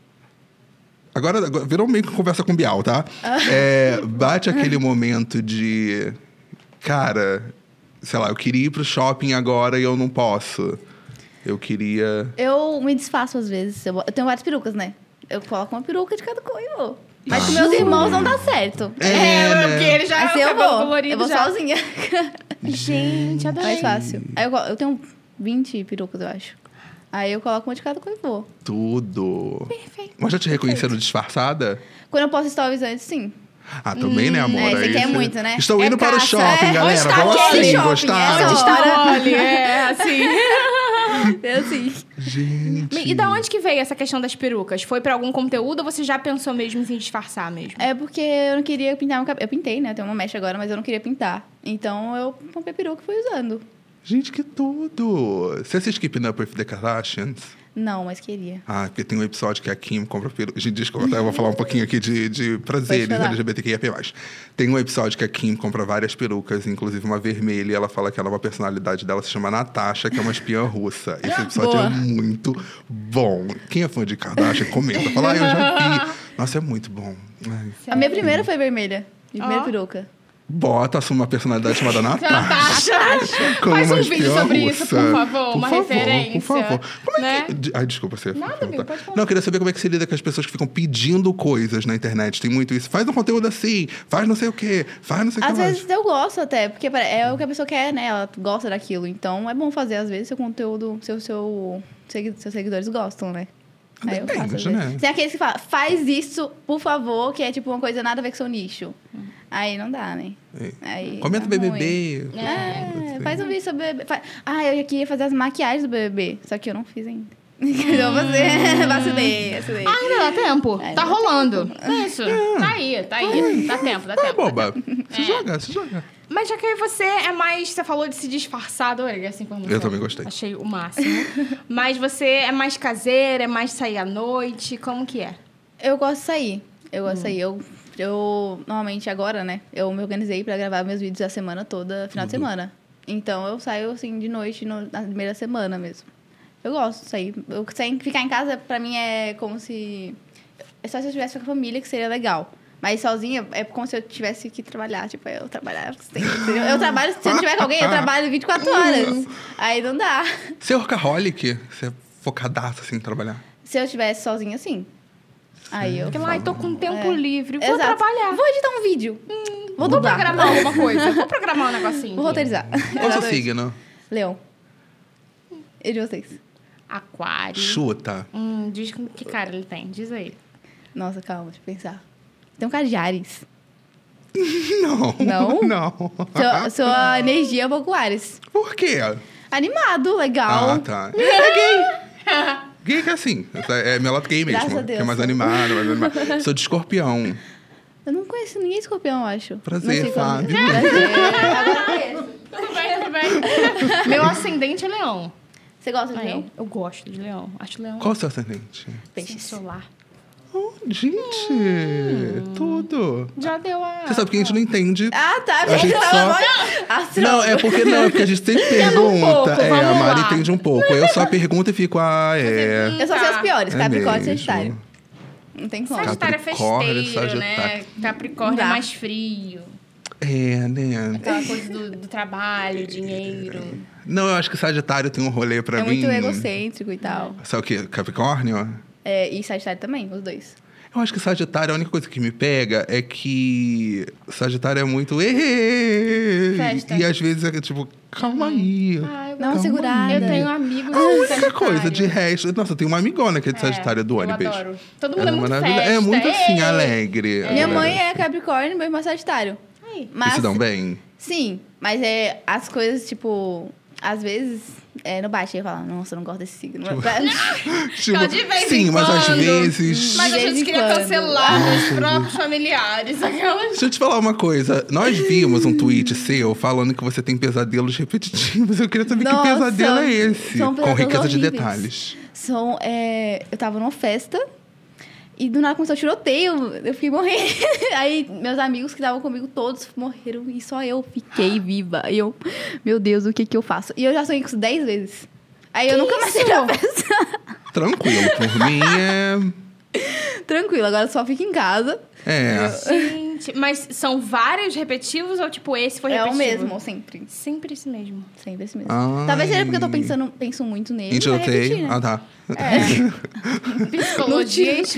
Agora, agora virou meio que conversa com o Bial, tá? É, bate aquele momento de... Cara, sei lá, eu queria ir pro shopping agora e eu não posso. Eu queria... Eu me desfaço às vezes. Eu, eu tenho várias perucas, né? Eu coloco uma peruca de cada cor e vou. Mas Ah. com meus irmãos não dá certo. É, É, né? porque ele já Mas é o eu cabelo vou. colorido Eu vou já. sozinha. Gente, adorei. Mais fácil. Aí eu, co- eu tenho vinte perucas, eu acho. Aí eu coloco uma de cada cor e vou. Tudo. Perfeito. Mas já te reconheceram disfarçada? Quando eu posto stories antes, sim. Ah, também, né, amor? é, você Aí quer muito, né? Estou É indo para o caça, shopping, é. galera. Onde tá Vamos aquele assim, shopping? gostaram? Essa Onde hora. está o Oli? É, assim. É assim. Gente. E da onde que veio essa questão das perucas? Foi pra algum conteúdo ou você já pensou mesmo em se disfarçar mesmo? É porque eu não queria pintar meu cabelo. Eu pintei, né? Eu tenho uma mecha agora, mas eu não queria pintar. Então eu comprei peruca e fui usando. Gente, que tudo. Você assiste Keeping Up with the Kardashians? Não, mas queria. Ah, porque tem um episódio que a Kim compra peruca. Gente, desculpa, tá? Eu vou falar um pouquinho aqui de, de prazeres falar. L G B T Q I A P mais. Tem um episódio que a Kim compra várias perucas, inclusive uma vermelha, e ela fala que ela, uma personalidade dela se chama Natasha, que é uma espiã russa. Esse episódio Boa. é muito bom. Quem é fã de Kardashian, comenta. Fala, ah, eu já vi. Nossa, é muito bom. Ai. A minha primeira foi vermelha. Minha primeira Ó. peruca. Bota, assume uma personalidade chamada Natasha. Natasha! Como Faz uma um vídeo espiã sobre russa. isso, por favor. Uma favor, referência. Por favor. Como é né? que... Ai, desculpa, você... Nada, amigo, pode falar. Não, eu queria saber como é que você lida com as pessoas que ficam pedindo coisas na internet. Tem muito isso. Faz um conteúdo assim, faz não sei o quê, faz não sei o que Às mais. vezes eu gosto até, porque pare- é o que a pessoa quer, né? Ela gosta daquilo. Então é bom fazer, às vezes, seu conteúdo, seu, seu, segui- seus seguidores gostam, né? Aí eu Depende, faço, às né? vezes. Tem aqueles que falam, faz isso, por favor, que é tipo uma coisa nada a ver com seu nicho. Aí não dá, né? Aí Comenta dá B B ruim. B. É, faz um vídeo sobre B B B. Fa- Ah, eu já queria fazer as maquiagens do B B B, só que eu não fiz ainda. Eu vou fazer. Vacilei, vacilei. Ah, ainda dá tempo. Ainda tá dá rolando. É isso. Tá aí, tá aí. Dá tempo, dá Tá tempo. boba. Se É. joga, se joga. Mas já que você é mais... Você falou de se disfarçar, adorei essa informação. Eu também gostei. Achei o máximo. Mas você é mais caseira, é mais sair à noite? Como que é? Eu gosto de sair. Eu gosto de sair. Eu, eu, normalmente, agora, né? Eu me organizei pra gravar meus vídeos a semana toda, final de semana. Então, eu saio, assim, de noite no- na primeira semana mesmo. Eu gosto de sair. Eu, sair. Ficar em casa, pra mim, é como se... É só se eu estivesse com a família, que seria legal. Mas sozinha, é como se eu tivesse que trabalhar. Tipo, eu trabalhar sempre. entendeu? Eu trabalho... Se eu não tiver com alguém, eu trabalho vinte e quatro horas. Aí não dá. Você é workaholic? Você é focadaço, assim, em trabalhar? Se eu estivesse sozinha, sim. Aí eu Porque lá, falo, ai, tô com tempo é. livre, vou Exato. trabalhar. Vou editar um vídeo. Hum, vou Vou dublar. programar alguma coisa. Vou programar um negocinho. Vou roteirizar. Qual é o seu Exatamente. signo? Leão. E de vocês? Aquário. Chuta. Hum, diz com que cara ele tem. Diz aí. Nossa, calma, deixa eu pensar. Tem um cara de Ares. Não. Não? Não. Sua, sua energia é um pouco Ares. Por quê? Animado, legal. Ah, tá. É gay. Gay que é assim. É melhor gay mesmo. Graças a Deus. Que é mais animado, mais animado. Sou de escorpião. Eu não conheço ninguém escorpião, eu acho. Prazer, Não sei como- Fábio. Prazer. Agora conheço. Tudo bem, tudo bem. Meu ascendente é leão. Você gosta de Aí, leão? eu gosto de leão. Acho leão Qual o seu ascendente? Peixe. solar. Oh, gente, tudo. Já deu a... Você sabe que a gente não entende. Ah, tá. A gente só- Astro... Não, é porque não, é porque a gente sempre pergunta. um pouco, é, a vamos Mari lá. entende um pouco. Eu só pergunto e fico, ah, é. Eu só sei os piores, É Capricórnio e mesmo. Sagitário. Não tem como. Sagitário é Capricórnio, festeiro, né? Sagitário. Capricórnio Não é dá. mais frio. É, né? Aquela coisa do, do trabalho, dinheiro. Não, eu acho que Sagitário tem um rolê pra É mim. muito egocêntrico e tal. Sabe o quê? Capricórnio? É, e Sagitário também, os dois. Eu acho que Sagitário, a única coisa que me pega é que Sagitário é muito. "Ê!" Festa. E às vezes é tipo, calma aí. Ah, eu Dá uma Calma segurada. Eu tenho amigos A única Sagitário. coisa, de resto. Nossa, eu tenho uma amigona que é de Sagitário do eu ônibus. adoro. Todo mundo Ela é muito maravilhosa. festa. É muito assim, Ei! alegre. Minha Ela- mãe é Capricórnio, meu irmão é Sagitário. Aí. E Mas, se dão bem? sim, mas é as coisas, tipo, às vezes é, não bate. Eu falo, nossa, eu não gosto desse signo. Tipo, de vez sim, em mas às quando. vezes. Mas De a vez gente em queria quando. cancelar meus próprios familiares. Aquelas... Deixa eu te falar uma coisa. Nós vimos um tweet seu falando que você tem pesadelos repetitivos. Eu queria saber que Nossa, pesadelo é esse. são Com pesadelos riqueza de horríveis. detalhes. São, é, eu tava numa festa e do nada começou tiroteio. Eu fiquei morrendo. Aí meus amigos que estavam comigo todos morreram e só eu fiquei viva. E eu, meu Deus, o que que eu faço? E eu já sonhei com isso dez vezes. Aí eu nunca mais saí da festa. Tranquilo, por mim é. Tranquilo, agora só fico em casa. É. Gente, mas são vários repetitivos ou tipo esse foi É repetivo? o mesmo, sempre. Sempre esse mesmo. Sempre esse mesmo. Ai. Talvez seja porque eu tô pensando, penso muito nele. Em vai repetir, tiroteio. né? Ah, tá. Psicologia e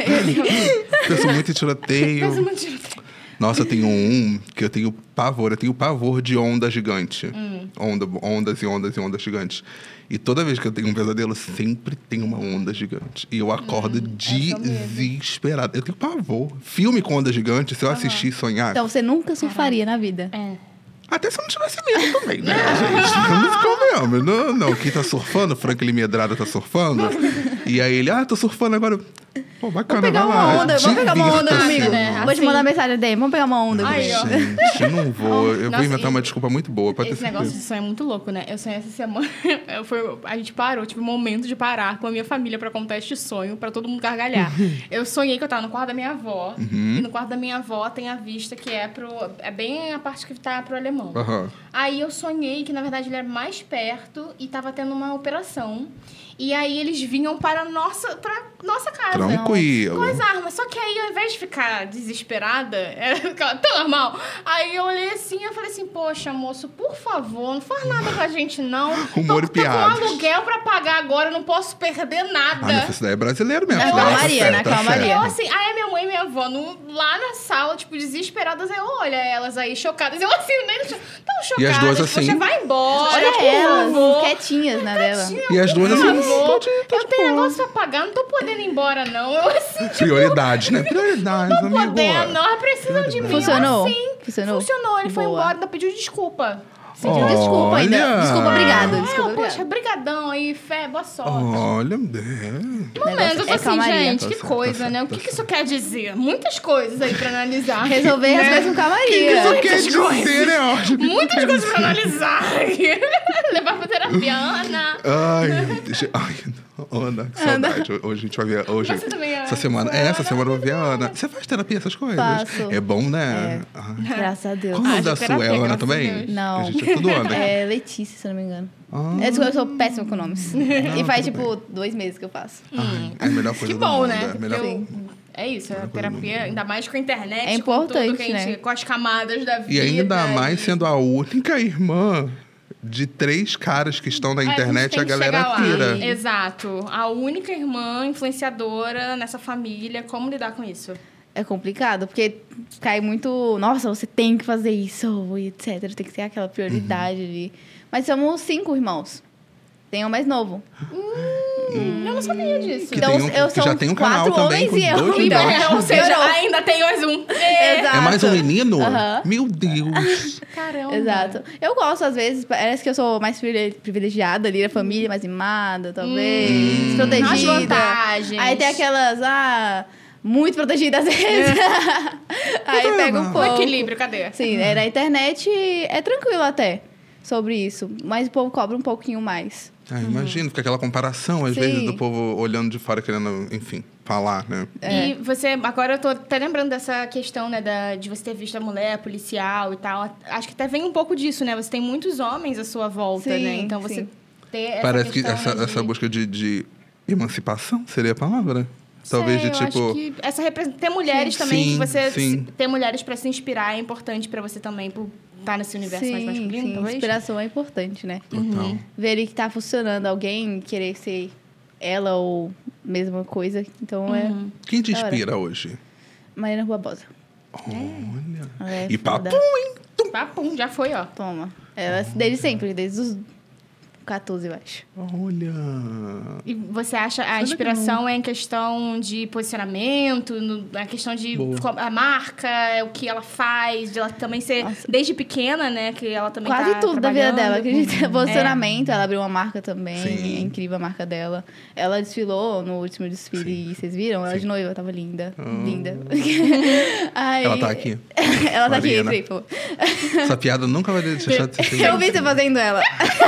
Penso muito em tiroteio. Mas uma tiroteio. Nossa, eu tenho um que eu tenho pavor. Eu tenho pavor de onda gigante. Hum. Onda, ondas e ondas e ondas gigantes. E toda vez que eu tenho um pesadelo, sempre tem uma onda gigante. E eu acordo Hum, essa mesmo. desesperado. Eu tenho pavor. Filme com onda gigante, se eu assistir e sonhar... Então você nunca surfaria na vida. É. Até se eu não tivesse medo também, né, gente? Vamos convenhamos. Não, não, quem tá surfando, Franklin Medrada tá surfando. E aí ele, ah, tô surfando agora. Pô, bacana, Vamos pegar vai uma lá. onda, vamos pegar uma onda divirta-se. comigo. né? Vou te Assim. mandar mensagem dele, vamos pegar uma onda Aí, comigo. ó. Gente, não vou. Eu Nossa, vou inventar e- uma desculpa muito boa, pode ter Esse negócio de certeza. sonho é muito louco, né? Eu sonhei essa semana. eu fui, a gente parou, tive um momento de parar com a minha família pra contar este sonho, pra todo mundo gargalhar. Eu sonhei que eu tava no quarto da minha avó. Uhum. E no quarto da minha avó tem a vista que é pro. É bem a parte que tá pro alemão. Aham. Aí eu sonhei que, na verdade, ele era mais perto e tava tendo uma operação. E aí eles vinham para a nossa, pra nossa casa. Tranquilo. Com as armas. Só que aí, ao invés de ficar desesperada, era ficar tão normal. Aí eu olhei assim e falei assim, poxa, moço, por favor, não faz nada com a gente, não. Humor tô, e tô piadas. com aluguel pra pagar agora, eu não posso perder nada. Ah, minha isso daí é brasileiro mesmo. É isso daí calmaria, certo, né? tá Calmaria. Eu certo. assim, aí a minha mãe e minha avó no, lá na sala, tipo, desesperadas, eu olho elas aí chocadas. Eu assim, nem tão chocadas. E as duas tipo, assim? Você vai embora, Olha por elas, favor. quietinhas na dela. E as duas Por assim, favor, pode ir, tá eu de tenho boa. negócio pra pagar, não tô podendo ir embora, não. Eu assim, tipo, Prioridades, né? Prioridades, não amigo. podendo, não, elas precisam de mim. Funcionou? Eu assim, Funcionou? Funcionou, ele foi Boa. embora, ainda pediu desculpa. Sim, Olha. Desculpa ainda. Desculpa, obrigado. é, Desculpa, poxa, obrigado. brigadão aí, fé, boa sorte. Olha, é. Pelo menos, eu tô é assim, calmaria. gente, Tá que certo, coisa, tá né? certo, O que, tá que isso quer dizer? Muitas coisas aí pra analisar. Resolver as coisas com calmaria. Isso quer Muitas dizer, né? Ótimo. Muitas coisas pra analisar. Levar pra terapia, Ana. Ai, deixa... Ai, Ana, que saudade. Hoje a gente vai ver. Hoje, Você também é. essa semana. É, essa semana eu vou ver a Ana. Você faz terapia, essas coisas? Faço. É bom, né? É. Ai. Graças a Deus. Qual o nome Haja da sua? terapia, É Ana graças a também? Deus. Não. A gente é tudo Ana. É Letícia, se eu não me engano. Ah. É, desculpa, eu sou péssima com nomes. e faz, tudo tipo, dois meses que eu faço. Ai, é a melhor coisa Que do bom, mundo. né? É a melhor... Eu- É isso, a terapia, ainda mais com a internet, É com tudo importante, que a gente, né? com as camadas da vida. E ainda mais e- sendo a única irmã de três caras que estão na É, internet, tem a que galera chegar lá. pira. Exato. A única irmã influenciadora nessa família. Como lidar com isso? É complicado, porque cai muito... Nossa, você tem que fazer isso, e etcétera. Tem que ter aquela prioridade ali. Mas somos cinco irmãos. Tem um mais novo. Hum, eu não sabia disso. Que, Então, tem um, eu que já sou tem um canal quatro também homens com e eu. dois Então, milhões. É, ou seja, Piorou. ainda tem mais um. Exato. É mais um menino? Aham. Meu Deus. Caramba. Exato. Eu gosto, às vezes, parece que eu sou mais privile- privilegiada ali na família, mais mimada, talvez, Hum. protegida. As vantagens. Aí tem aquelas, ah, muito protegida às vezes. Aí pega um O pouco. equilíbrio, cadê? Sim, é, na internet é tranquilo até sobre isso, mas o povo cobra um pouquinho mais. Ah, imagino, fica aquela comparação, às Sim. vezes, do povo olhando de fora, querendo, enfim, falar, né? É. E você, agora eu tô até lembrando dessa questão, né, da, de você ter visto a mulher policial e tal. Acho que até vem um pouco disso, né? Você tem muitos homens à sua volta, Sim, né? Então você sim. ter essa Parece que questão, essa, né, de- essa busca de, de emancipação seria a palavra? Sei, Talvez de eu tipo. acho que essa repre- ter mulheres também, Sim, que você sim. ter mulheres pra se inspirar é importante pra você também, por estar nesse universo mais masculino, sim, talvez. inspiração é importante, né? Total. Ver ali que tá funcionando alguém, querer ser ela ou mesma coisa. Então Uhum. Quem te Da hora. inspira hoje? é Mariana Barbosa. Olha. Ela é E foda. papo, hein? Papum, já foi, ó. Toma. Ela desde sempre, desde os catorze, eu acho. Olha. E você acha a Isso é inspiração é em questão de posicionamento, no, na questão de Boa. co- a marca, é o que ela faz, de ela também ser Nossa. desde pequena, né, que ela também Quase tá tudo da vida dela, trabalhando. acredita? Posicionamento, ela abriu uma marca também, Sim. é incrível a marca dela. Ela desfilou no último desfile, e vocês viram? Ela de noiva, tava linda, linda. Aí- Ela tá aqui. ela tá aqui, Marina. tripo. Essa piada nunca vai deixar de ser Eu vi você fazendo ela.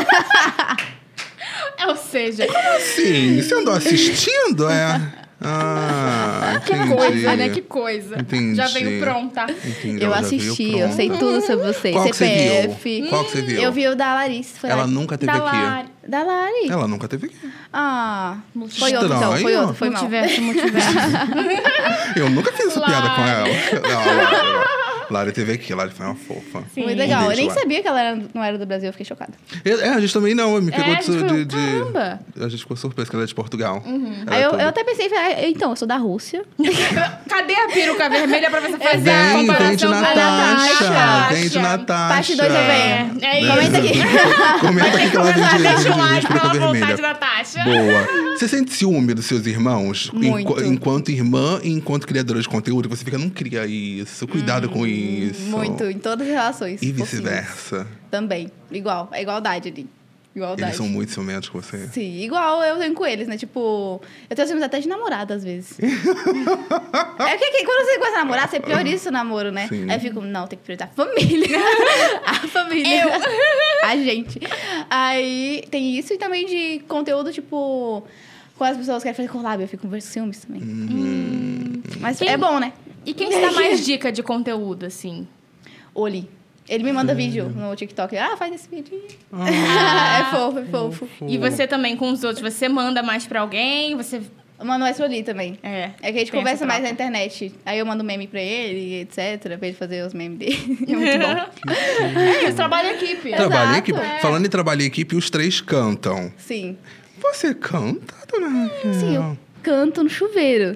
Ou seja, Sim, você andou assistindo, é? Ah, que entendi. coisa, né? Que coisa. Entendi. Já veio pronta. Entendi, Eu ela já veio assisti, pronta. eu sei tudo sobre você. Qual que você C P F. viu? Qual que você viu? Eu vi o da Larissa. Foi Ela lá- nunca teve Da aqui. Lari. Da Lari. Ela nunca teve aqui. Ah, foi outro então, Estranho. foi outro, foi mal. Multiverso, multiverso. Eu nunca fiz essa piada com Lari. ela. Não, Lari, Lari teve aqui, Lari foi uma fofa. Sim. Muito legal. Um Eu nem beijo, Lari. sabia que ela era- não era do Brasil, eu fiquei chocada. É, a gente também não, me pegou É, a de, gente de, falou, de- caramba. A gente ficou surpreso que ela é de Portugal. Ela Aí é eu, toda- eu até pensei, falei, ah, então, eu sou da Rússia. Cadê a peruca vermelha pra você fazer a Vem, comparação vem de com a Natasha. Vem de Natasha. Parte dois eu venho. É isso. Comenta aqui. Comenta aqui que ela vem de, Deixa de, o de, like de pra peruca ela voltar vermelha. de Natasha. Boa. Você sente ciúme dos seus irmãos? Muito. Enqu- enquanto irmã e enquanto criadora de conteúdo, você fica, não cria isso, cuidado com isso. Muito, em todas as relações. E possíveis. vice-versa. Também, igual. É igualdade ali. Igualdade. Eles são muito ciumentos com você. Sim, igual eu tenho com eles, né? Tipo, eu tenho ciúmes até de namorada, às vezes. é que, que quando você começa a namorar, você prioriza o namoro, né? Sim. Aí eu fico, não, tem que priorizar a família. a família. a gente. Aí tem isso e também de conteúdo, tipo, quando as pessoas querem fazer collab, eu fico com ciúmes também. Hum. Mas Quem- é bom, né? E quem te dá mais dica de conteúdo, assim? Oli. Ele me manda vídeo no TikTok. Ah, faz esse vídeo. Ah. é fofo, é fofo. E você também com os outros, você manda mais pra alguém? Você... Eu mando mais pro Oli também. É, É que a gente tem conversa essa mais na troca. internet. Aí eu mando meme pra ele, etcétera. Pra ele fazer os memes dele. É muito bom. É isso, trabalho em equipe. Trabalho em Exato. equipe. É. Falando em trabalho em equipe, os três cantam. Sim. Você canta, dona Raquel? Sim, eu canto no chuveiro.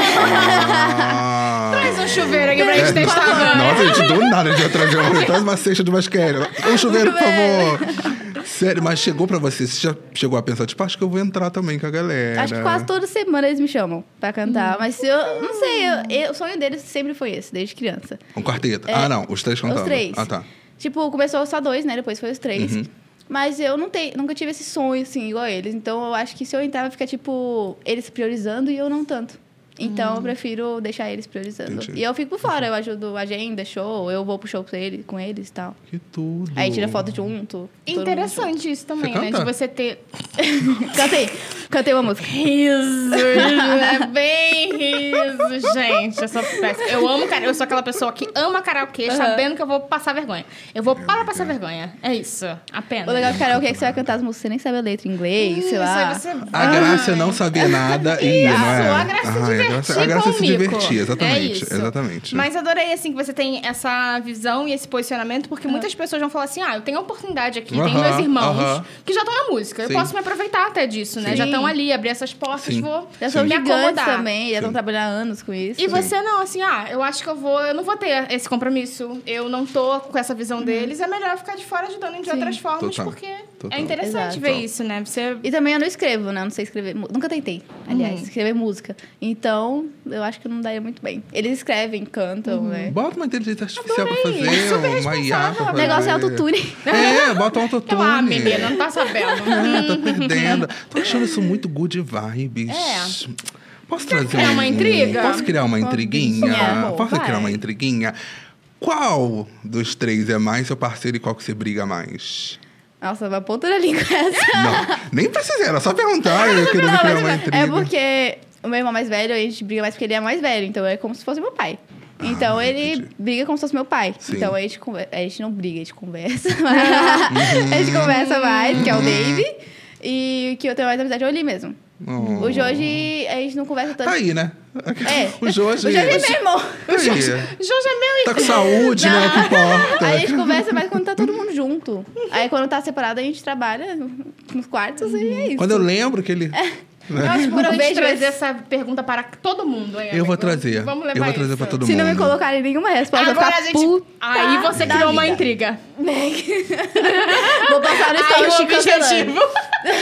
Ah. Faz um chuveiro aqui pra gente É, testar agora. Nossa, gente, do nada a gente vai trazer uma, traz uma cesta de basquete. Um chuveiro, por favor. Sério, mas chegou pra você, você já chegou a pensar, tipo, acho que eu vou entrar também com a galera. Acho que quase toda semana eles me chamam pra cantar. Mas eu não sei, eu, eu- o sonho deles sempre foi esse, desde criança. Um quarteto. É, ah, não, os três cantando. Os três. Ah, tá. Tipo, começou só dois, né? Depois foi os três. Uhum. Mas eu não tenho, nunca tive esse sonho, assim, igual eles. Então, eu acho que se eu entrar, vai ficar, tipo, eles priorizando e eu não tanto. Então, eu prefiro deixar eles priorizando. Entendi. E eu fico por fora, eu ajudo agenda, show, eu vou pro show com eles, com eles e tal. Que tudo. Aí tira foto junto. todo mundo Interessante isso também, Você né? canta? De você ter... junto. Cantei. Cantei uma música. Risos, é bem riso, gente. Eu sou péssima. Eu amo karaokê. Eu sou aquela pessoa que ama karaokê, uhum. sabendo que eu vou passar vergonha. Eu vou para passar vergonha. É isso. Apenas. O legal do karaokê é que você vai cantar as músicas, você nem sabe a letra em inglês, isso, sei lá. Você a graça é não saber nada e isso, não é? a graça é divertir. A graça, a graça é se divertir, exatamente. É isso. Exatamente. Mas adorei, assim, que você tem essa visão e esse posicionamento, porque uhum. muitas pessoas vão falar assim, ah, eu tenho a oportunidade aqui, uhum, tenho dois irmãos uhum. que já estão na música. Sim. Eu posso me aproveitar até disso, né? Sim. Já estão ali, abrir essas portas, Sim. vou já são me gigantes acomodar. também, já estão trabalhando há anos com isso. E você não, assim, ah, eu acho que eu vou, eu não vou ter esse compromisso, eu não tô com essa visão uhum. deles, é melhor ficar de fora ajudando de Sim. outras formas, Total. porque Total. é interessante Exato. ver isso, né? Você... E também eu não escrevo, né? Eu não sei escrever, nunca tentei, aliás, uhum. escrever música. Então, eu acho que não daria muito bem. Eles escrevem, cantam, uhum. né? Bota uma inteligência artificial Adorei. pra fazer, Super uma I A pra fazer. O negócio é autotune. É, bota um autotune. Ah, menina, não tá sabendo. É, tá perdendo. Tô achando isso muito good vibes. É. Posso trazer criar um... uma intriga? Posso criar uma intriguinha? É, Posso vai. criar uma intriguinha? Qual dos três é mais seu parceiro e qual que você briga mais? Nossa, uma ponta da língua essa. Não, nem precisei, era só perguntar. Eu queria Não, criar mas uma intriga. é porque o meu irmão mais velho, a gente briga mais porque ele é mais velho. Então, é como se fosse meu pai. Então, Ah, ele entendi. briga como se fosse meu pai. Sim. Então, a gente, conver... a gente não briga, a gente conversa. Uhum. A gente conversa mais, que é o Dave. E que eu tenho mais amizade é o Oli mesmo. Oh. O Jorge, a gente não conversa tanto. Tá aí, né? É. O Jorge... O Jorge é meu irmão. Tá aí. Jorge é meu Tá com saúde, né? O que importa. Aí a gente conversa mais quando tá todo mundo junto. Aí quando tá separado, a gente trabalha nos quartos e é isso. Quando eu lembro que ele... Eu acho que Quando eu eu vejo vejo trazer esse- essa pergunta para todo mundo. Aí, Eu vou amigo. trazer. Vamos levar Eu vou trazer isso. pra todo Se mundo. não me colocarem nenhuma resposta, Agora eu a vou ficar gente... puta Aí você da criou uma vida. intriga. Vou passar no Aí o story cancelando. objetivo...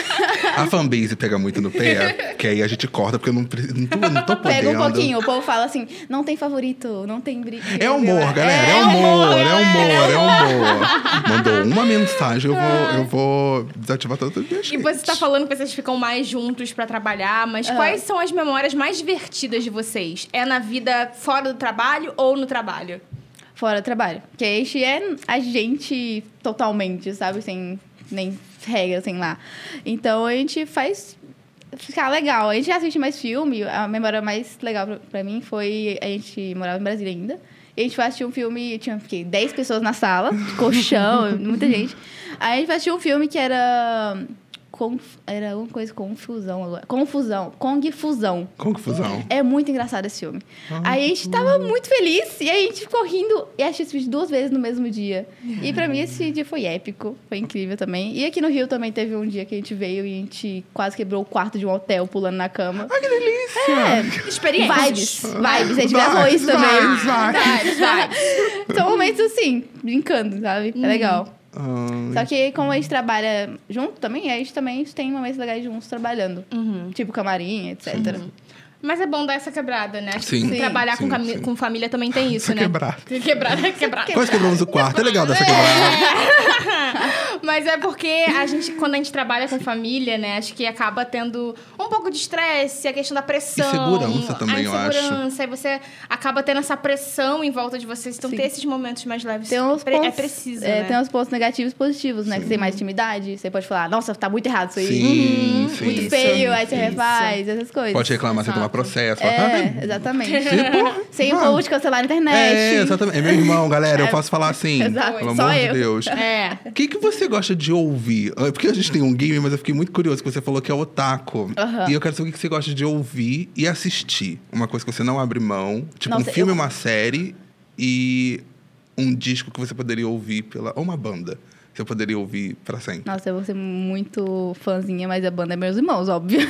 A fanbase pega muito no pé, que aí a gente corta, porque eu não, pre- não, tô, não tô podendo. Pega um pouquinho, o povo fala assim, não tem favorito, não tem briga. É humor, galera. É, humor, é humor, é humor. Mandou uma mensagem, eu vou, eu vou desativar todas as minhas E redes. você tá falando que vocês ficam mais juntos pra trabalhar, mas quais são as memórias mais divertidas de vocês? É na vida fora do trabalho ou no trabalho? Fora do trabalho. Porque a gente é a gente totalmente, sabe? Sem nem regras, sem lá. Então, a gente faz ficar legal. A gente assiste mais filme. A memória mais legal pra, pra mim foi... A gente morava em Brasília ainda. E a gente foi assistir um filme... Tinha, fiquei, dez pessoas na sala. Colchão, muita gente. Aí a gente foi assistir um filme que era... Conf, era alguma coisa, confusão agora. Confusão. Kong Fusão. Confusão. É muito engraçado esse filme. Aí a gente tava muito feliz e aí a gente ficou rindo e assistiu esse vídeo duas vezes no mesmo dia. E pra mim esse dia foi épico, foi incrível também. E aqui no Rio também teve um dia que a gente veio e a gente quase quebrou o quarto de um hotel pulando na cama. Ai, que delícia! É, Experiências. vibes, vibes. A gente Vibes, gravou isso também. vibes, vibes. Vibes, vibes. São momentos assim, brincando, sabe? É legal. Ai, Só que como a gente trabalha junto também, a gente também tem momentos legais juntos trabalhando. Uhum. Tipo camarim, etcétera. Mas é bom dar essa quebrada, né? Acho Sim. que trabalhar Sim, com, cami- sim. com família também tem isso, Essa né? quebrada. Quebrada, quebrada. Quase quebramos o quarto. É legal dessa quebrada. Mas é porque a gente, quando a gente trabalha com família, né? Acho que acaba tendo um pouco de estresse, a questão da pressão. Insegurança também, a eu acho. insegurança. Aí você acaba tendo essa pressão em volta de vocês. Então, Sim. ter esses momentos mais leves Tem uns pre- pontos, é preciso, é, né? Tem uns pontos negativos e positivos, né? Que você tem mais intimidade. Você pode falar, nossa, tá muito errado isso aí. Sim, Uhum, sim. Muito Isso, feio, aí você isso. refaz, essas coisas. Pode reclamar sem Exato. tomar processo. Fala, tá É, vendo? exatamente. Tipo, Sem o ah, povo te cancelar na internet. É, exatamente. É meu irmão, galera. Eu posso falar assim. Exato. Pelo Só amor eu. de Deus. É. O que, que você gosta de ouvir? Ah, porque a gente tem um game, mas eu fiquei muito curioso que você falou que é otaku. Aham. E eu quero saber o que que você gosta de ouvir e assistir. Uma coisa que você não abre mão. Tipo, Nossa, um filme, eu- uma série e um disco que você poderia ouvir pela... Ou uma banda que você poderia ouvir pra sempre. Nossa, eu vou ser muito fãzinha, mas a banda é meus irmãos, óbvio.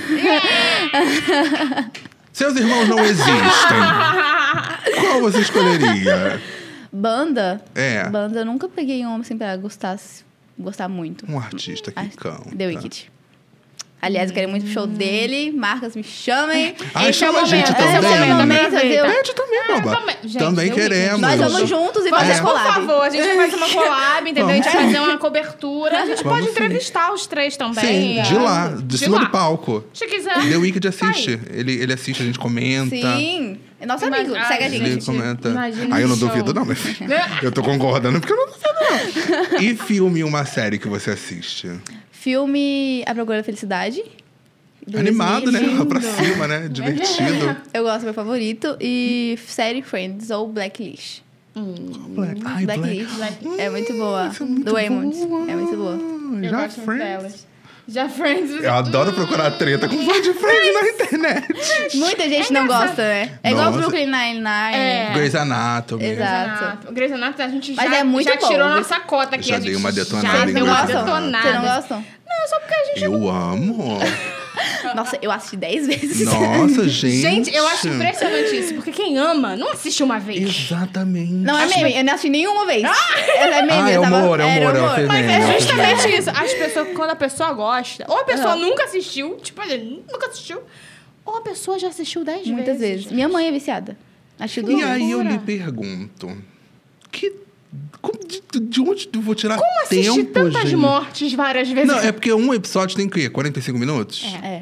Seus irmãos não existem. Qual você escolheria? Banda? É. Banda, eu nunca peguei um assim pra gostar, gostar muito. Um artista que Ah, canta. The Wicked. Aliás, eu quero muito pro show dele. Marcas, me chamem. Ah, Esse é o chama a gente momento, esse é o também. momento, também, aproveita. entendeu? Pede também, baba. também. Gente, também eu- queremos. Nós vamos juntos e fazemos É. Por collab. favor, a gente vai fazer uma collab, entendeu? A gente vai Vamos fazer uma cobertura. A gente Vamos pode sim. entrevistar os três também. Sim, de lá, de, De cima lá. do palco. Se quiser. The Wicked Tá assiste. aí. Ele, ele assiste, a gente comenta. Sim. É nosso amigo. Imagina- Segue a Ai, gente. Ele comenta. Imagina Aí eu não o show. duvido, não, mas eu tô concordando porque eu não duvido, não. E filme, uma série que você assiste? Filme A Procura da Felicidade. Animado, né? Lindo. Pra cima, né? Divertido. Eu gosto do meu favorito. E série Friends ou Blacklist. Black. Ai, Black. Blacklist. É muito boa. Essa é muito Do Waymond. boa. É muito boa. Eu Já gosto muito Friends. delas. Já Friends. Eu adoro procurar treta com fã de Friends na internet. Muita gente não gosta, né? É igual Nossa. Brooklyn Nine-Nine. É. Grey's Anatomy. Exato. O Grey's Anatomy, a gente Mas já, é muito já bom. tirou nossa cota aqui. Já a gente dei uma detonada já em deu Não uma Grey's gostam? detonada. Vocês não gostam? Não, só porque a gente... Eu amo. Nossa, eu assisti dez vezes. Nossa, gente. Gente, eu acho impressionante isso. Porque quem ama, não assiste uma vez. Exatamente. Não é meme, eu não assisti nenhuma vez. É meme, Ah, é eu tava... humor, é humor, Era é um filme. Mas Não, é justamente não. isso. As pessoas, quando a pessoa gosta, ou a pessoa Aham. nunca assistiu, tipo, ele nunca assistiu, ou a pessoa já assistiu dez vezes. Muitas vezes. gente. Minha mãe é viciada. Assistiu duas E vezes. aí eu loucura. lhe pergunto, que, como- de, de onde eu vou tirar Como assistir tempo, tantas gente? mortes várias vezes? Não, é porque um episódio tem o quê? quarenta e cinco minutos? É.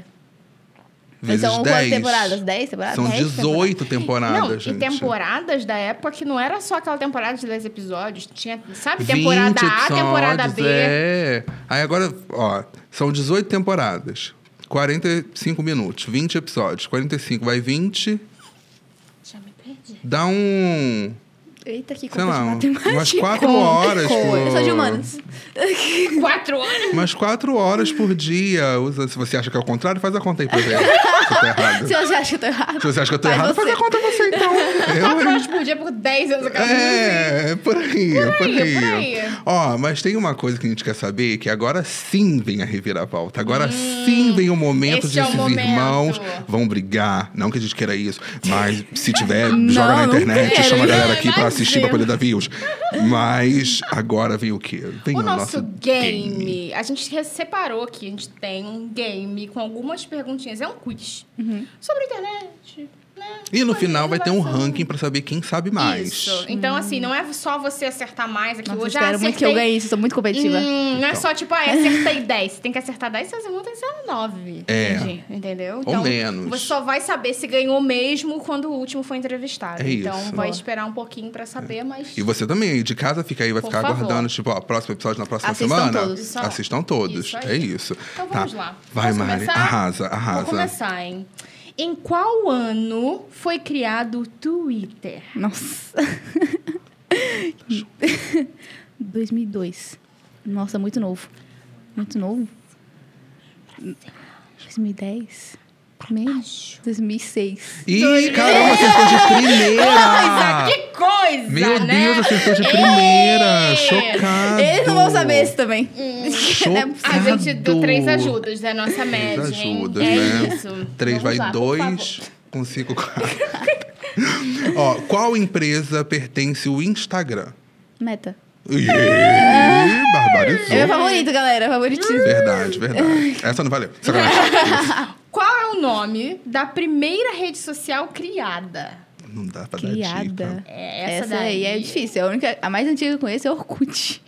Vezes São quantas dez? temporadas? dez temporadas? São dez dezoito temporadas, Não, gente. e temporadas da época que não era só aquela temporada de dez episódios. Tinha, sabe, vinte temporada A, temporada episódios, B. É. Aí agora, ó, são dezoito temporadas. quarenta e cinco minutos. vinte episódios. quarenta e cinco vai vinte. Já me perdi. Dá um... Eita, que Sei conta lá, de um- matemática. umas quatro horas por... Eu sou de humanas. Quatro horas. Umas quatro horas por dia. Usa, se você acha que é o contrário, faz a conta aí pra ver se eu tô errado. Se você acha que eu tô errado. Se você acha que eu tô faz errado, faz você. a conta você, então. Eu, Quatro hein? horas por dia por dez anos. Aquela coisa assim. É, é por aí, é por aí, aí. por aí. Ó, mas tem uma coisa que a gente quer saber, que agora sim vem a reviravolta. Agora sim vem o momento esse de é o esses momento. irmãos vão brigar. Não que a gente queira isso, mas se tiver, Não, joga na não internet, quero. chama a galera aqui pra Imagina. assistir pra poder dar views. Mas agora vem o quê? Vem O o, nosso game, a gente re- separou aqui, a gente tem um game com algumas perguntinhas. É um quiz sobre a internet, né? E no Sobre final vai ter um inovação. ranking pra saber quem sabe mais. Isso. Então, assim, não é só você acertar mais aqui. Nossa, eu eu já espero acertei... muito que eu ganhe isso, sou muito competitiva. Hum, não é Então. só, tipo, ah, acertei dez. Você tem que acertar dez, seu irmão tem que ser nove. É. Entendi, entendeu? Ou Então, menos. você só vai saber se ganhou mesmo quando o último foi entrevistado. É então, isso. vai Boa. esperar um pouquinho pra saber, mas... E você também, aí de casa, fica aí, vai Por ficar favor. aguardando, tipo, ó, próximo episódio na próxima Assistam semana. todos. Isso aí. Assistam todos. Isso aí. É isso. Então, vamos Tá. lá. Vai, Posso Mari. começar? Arrasa, arrasa. Vou começar, hein? Em qual ano foi criado o Twitter? Nossa. dois mil e dois. Nossa, muito novo. Muito novo. dois mil e dez. Menos. dois mil e seis. Ih, caramba, acertou de primeira! Coisa, que coisa, Meu né? Deus, acertou de primeira! É. Chocado! Eles não vão saber esse também. Chocado! A gente deu três ajudas da nossa média, Três hein? ajudas, é né? isso. Três Vamos vai lá, por dois, com cinco, quatro. Ó, qual empresa pertence o Instagram? Meta. Ih, É meu barbarizou. favorito, galera. Favoritíssimo. Verdade, verdade. Essa não valeu. Sacanagem. Qual é o nome da primeira rede social criada? Não dá pra dar Criada. dica. É Essa, essa, daí. aí é difícil. A, única, a mais antiga que eu conheço é Orkut.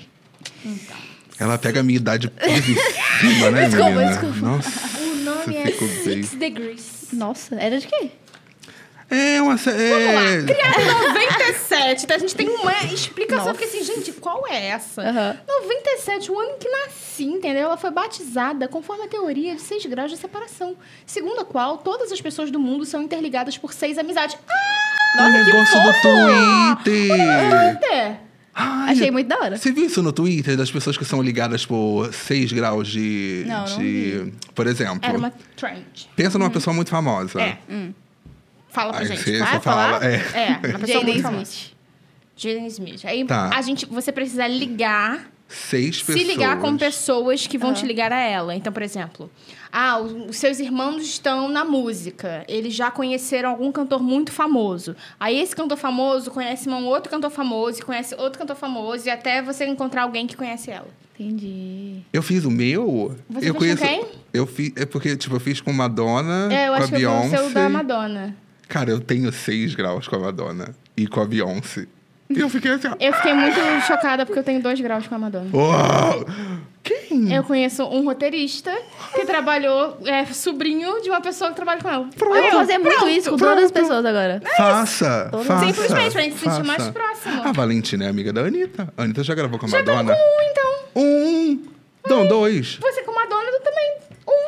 Ela pega a minha idade vivíssima, né, Desculpa, menina? desculpa. Nossa. O nome é ficou bem. Six Degrees. Nossa, era de quê? É uma... sé- É... Criada em noventa e sete, então a gente tem uma explicação. Nossa. Porque assim, gente, qual é essa? Aham. noventa e sete, o ano em que nasci, entendeu? Ela foi batizada conforme a teoria de seis graus de separação, segundo a qual todas as pessoas do mundo são interligadas por seis amizades. Ah, O negócio do fofo! Twitter! Twitter! Ai, Achei muito da hora. Você viu isso no Twitter, das pessoas que são ligadas por seis graus de... Não, não de... Por exemplo, Era uma trend. pensa numa pessoa muito famosa. É. Fala pra Aí gente. você, Vai você falar? fala... É. É, uma pessoa Jaden muito famosa. Smith. Jaden Smith. Aí Tá. a gente, você precisa ligar, Seis pessoas. se ligar com pessoas que vão Aham. te ligar a ela. Então, por exemplo, ah, os os seus irmãos estão na música. Eles já conheceram algum cantor muito famoso. Aí esse cantor famoso conhece um outro cantor famoso, e conhece outro cantor famoso, e até você encontrar alguém que conhece ela. Entendi. Eu fiz o meu? Você eu fez com conheço... quem? Eu fiz... É porque, tipo, eu fiz com Madonna, É, eu com a acho que foi o Beyoncé. seu da Madonna. Cara, eu tenho seis graus com a Madonna e com a Beyoncé. E eu fiquei assim, ó. Eu fiquei muito chocada porque eu tenho dois graus com a Madonna. Uau! Quem? Eu conheço um roteirista que trabalhou, é sobrinho de uma pessoa que trabalha com ela. Eu vou fazer muito isso com todas as pessoas agora. Faça, Todas. faça. Simplesmente pra gente se sentir faça. mais próximo. A Valentina é amiga da Anitta. A Anitta já gravou com a Já tá Madonna. com um, então. Um. Não, dois. Você com Madonna, eu também. Um só, então.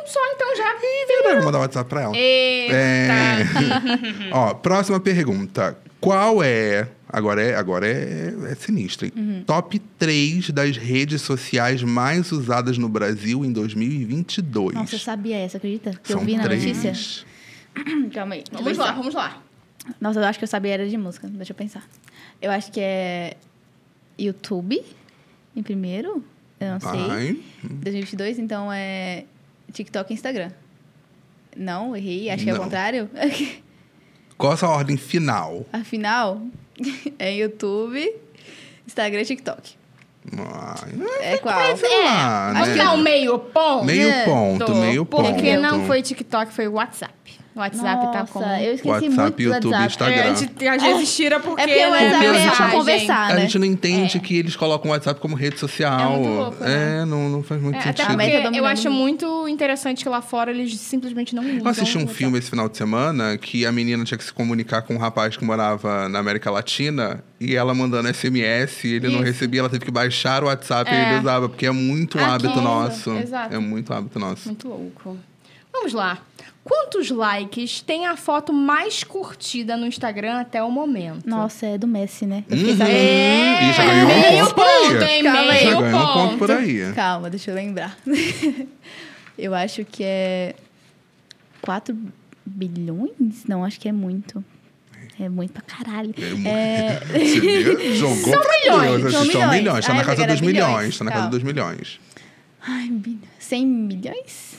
não, já. Ih, verdade, vou mandar o WhatsApp pra ela. Eita. É... Ó, próxima pergunta. Qual é... Agora é, agora é, é sinistro, hein? Uhum. Top três das redes sociais mais usadas no Brasil em dois mil e vinte e dois. Nossa, eu sabia essa, acredita? Que São eu vi na três. notícia. Calma aí. deixa eu Vamos lá, pensar. vamos lá. Nossa, eu acho que eu sabia era de música. Deixa eu pensar. Eu acho que é YouTube em primeiro. Eu não sei. Vai. dois mil e vinte e dois, então é TikTok e Instagram. Não, errei. Acho que é o Não. contrário. Qual a sua ordem final? Afinal, é YouTube, Instagram e TikTok. Ai, É qual? sei lá, Acho né? que é o meio ponto. Meio É. ponto, meio ponto. Porque não foi TikTok, foi WhatsApp. O WhatsApp Nossa, tá com... eu esqueci WhatsApp, muito do YouTube, WhatsApp. Instagram. É, a gente às vezes tira porque... É porque o né, WhatsApp a é gente- pra mensagem. conversar, A né? gente não entende É. que eles colocam o WhatsApp como rede social. É muito louco, né? É, não, não faz muito É, até sentido. Mas tá porque eu dominando acho muito. muito interessante que lá fora eles simplesmente não usam. Eu assisti um o filme esse final de semana que a menina tinha que se comunicar com um rapaz que morava na América Latina e ela mandando S M S, ele não Isso. recebia, ela teve que baixar o WhatsApp e É. ele usava, porque é muito um Aqui, hábito nosso. exato. É muito hábito nosso. Muito louco. Vamos lá. Quantos likes tem a foto mais curtida no Instagram até o momento? Nossa, é do Messi, né? Eu Uhum. fiquei sabendo. É, Ih, já ganhou um meio ponto por aí. ponto, hein? Calma aí. Já Meio ganhou um ponto por ponto. aí. Calma, deixa eu lembrar. Eu acho que é quatro bilhões? Não, acho que é muito. É muito pra caralho. É mu- É... Você viu? Jogou pra milhões, Deus. são São milhões. milhões. Tá Ah, na eu casa pensei que dos era milhões. bilhões. Tá na casa Calma. dos milhões. Ai, bilhões. cem milhões?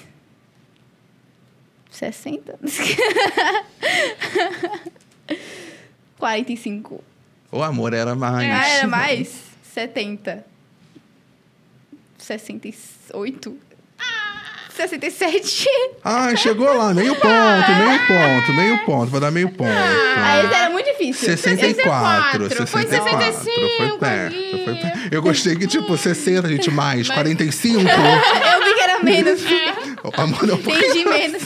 sessenta? quarenta e cinco. O amor era mais. Ah, era mais? setenta. sessenta e oito. sessenta e sete. Ai, chegou lá. Meio ponto, meio ponto, meio ponto. Vou dar meio ponto. Ah, esse era muito difícil. sessenta e quatro. Foi sessenta e quatro. sessenta e cinco Foi perto. ali. Foi perto. Eu gostei que, tipo, sessenta, gente, mais. quarenta e cinco. Eu vi que era menos. Amor, é um pouquinho. Entendi menos.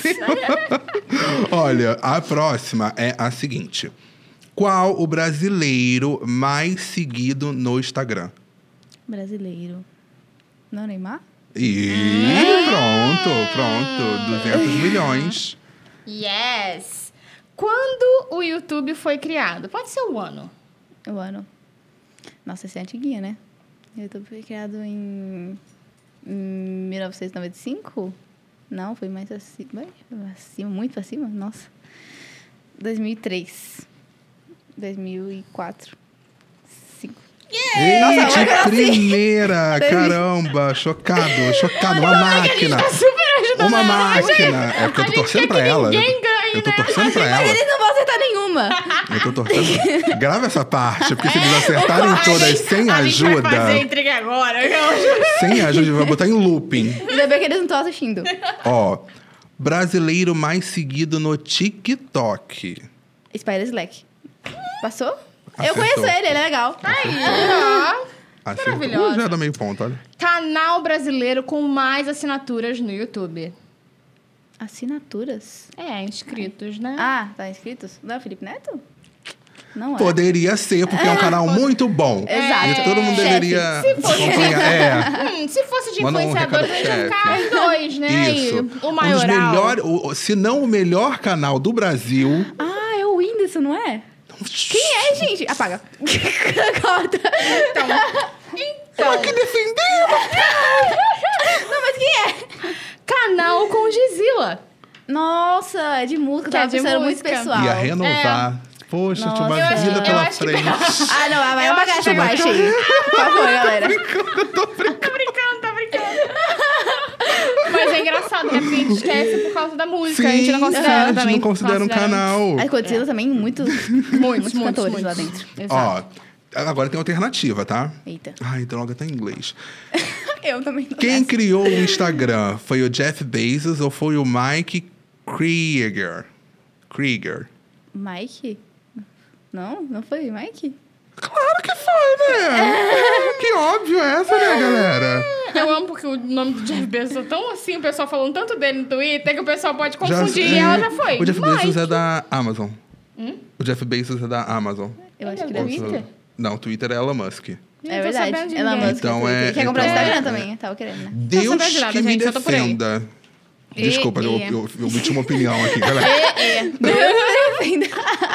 Olha, a próxima é a seguinte. Qual o brasileiro mais seguido no Instagram? Brasileiro. Não é Neymar? E pronto, pronto. duzentos milhões. Yes! Quando o YouTube foi criado? Pode ser o ano. O ano. Nossa, esse é antiguinha, né? O YouTube foi criado em, em mil novecentos e noventa e cinco? Não, foi mais acima. acima muito pra cima? Nossa. dois mil e três. dois mil e quatro. cinco. Ei, Nossa, de agora sim. primeira! Caramba, chocado, chocado. Uma máquina. Uma máquina. É porque eu tô torcendo pra ela. ninguém ganhe, Eu tô né? torcendo pra ela. Eles não vão acertar nenhuma. Eu tô torcendo. Grava essa parte, porque se eles acertarem todas sem A gente vai ajuda, fazer intriga agora. sem ajuda, vai botar em looping. Ainda bem que eles não estão assistindo. Ó, brasileiro mais seguido no TikTok. Spider Slack. Passou? Acertou. Eu conheço ele, ele é legal. Acertou. Maravilhosa. Uh, já dá meio ponto, olha. Canal brasileiro com mais assinaturas no YouTube. Assinaturas? É, inscritos, né? Ah, tá inscritos? Não é o Felipe Neto? Não é. Poderia ser, porque é um canal muito bom. Exato. E todo mundo Chefe. deveria Se fosse- acompanhar. É. Hum, se fosse de Manda um influenciadores, recado ia pro ficar chefe. os dois, né? Isso. E o Um dos maioral. melhores, o- se não o melhor canal do Brasil. Ah, é o Whindersson, não é? Quem é, gente? Apaga. Corta. Então, então Que defendeu! Não, mas quem é? canal com Gisila. Nossa, é de música. Que é Tava de pensando muito música. pessoal. Ia renovar. Poxa, tinha Nossa. uma Eu acho- vida eu pela acho que- frente. Ah, não, vai Eu apagar acho essa que- parte aí. Por favor, galera. Tô brincando, tô brincando. Mas é engraçado, né? Porque a gente esquece por causa da música. Sim, a gente não sim, considera a gente também. não considera um Considera- canal. A Godzilla também, muitos, Muitos, muitos muitos, cantores muitos. lá dentro. Exato. Ó, agora tem alternativa, tá? Eita. Ai, droga, tá em inglês. Eu também não Quem criou o Instagram? Foi o Jeff Bezos ou foi o Mike Krieger? Krieger. Mike? Não, não foi Mike? Claro que foi, né? Que óbvio é essa, né, galera? Eu amo porque o nome do Jeff Bezos é tão assim, o pessoal falando tanto dele no Twitter, que o pessoal pode Já- confundir. é, E ela já foi. O Jeff Mike. Bezos é da Amazon. Hum? O Jeff Bezos é da Amazon. Eu Ele acho é que do deve ser. Twitter? Não, o Twitter é Elon Musk. Não tô É verdade. sabendo de Ela ninguém. Musk. Então Twitter. é- Quer comprar o então Instagram é- também, tava querendo, né? Deus sabendo de nada, que me gente, eu tô por aí. defenda. Desculpa, E, eu, e. eu, eu meti uma opinião aqui, galera. E, e.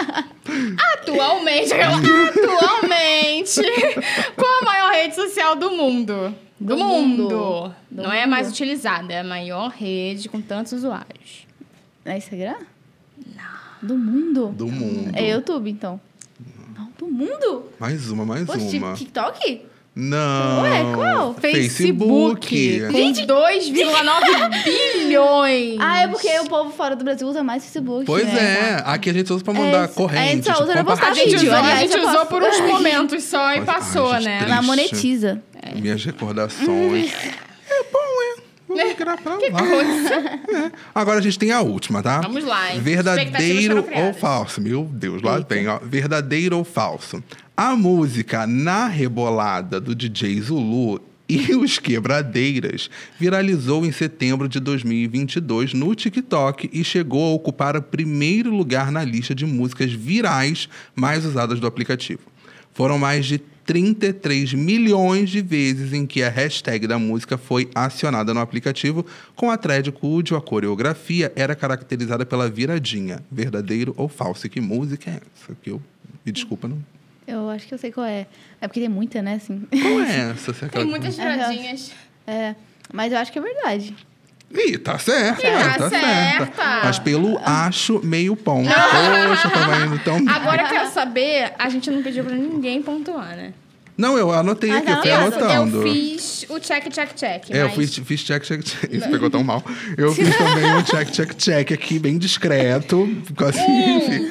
Atualmente, atualmente, qual a maior rede social do mundo? Do, Do mundo. mundo. Do Não é mundo. mais utilizada, é a maior rede com tantos usuários. É Instagram? Não. Do mundo? Do mundo. É YouTube, então. Não, do mundo? Mais uma, mais Poxa, uma. TikTok? Não. Ué, qual? Facebook. vinte e dois vírgula nove bilhões. Ah, é porque o povo fora do Brasil usa mais Facebook, Pois né? é. Aqui a gente usa pra mandar É, corrente. a gente só usa pra compartilhar. A gente vídeo, usou, a aliás, gente eu usou posso- por uns momentos só e Ai, passou, gente, né? triste. Ela monetiza. Minhas recordações. É bom, é. Vamos virar pra lá. É. Agora a gente tem a última, tá? Vamos lá, hein? Verdadeiro Expectativas ou criadas. falso? Meu Deus, lá tem, ó. Verdadeiro ou falso? A música Na Rebolada do D J Zulu e os Quebradeiras viralizou em setembro de dois mil e vinte e dois no TikTok e chegou a ocupar o primeiro lugar na lista de músicas virais mais usadas do aplicativo. Foram mais de trinta e três milhões de vezes em que a hashtag da música foi acionada no aplicativo, com a thread cuja coreografia era caracterizada pela viradinha. Verdadeiro ou falso? E que música é essa? Que eu, me desculpa, não... Eu acho que eu sei qual é. É porque tem muita, né, assim. Qual é essa? Você Tem acaba- muitas viradinhas. É, mas eu acho que é verdade. Ih, tá certo, Tá tá certa. certo. Mas pelo acho, meio ponto. Poxa, tava indo tão... Agora eu quero saber, a gente não pediu pra ninguém pontuar, né? Não, eu anotei Ah, aqui, eu não, fui eu- anotando. Eu fiz o check, check, check. É, eu mas- fiz, fiz check, check, check. Isso pegou tão mal. Eu fiz também um check, check, check aqui, bem discreto. Ficou assim.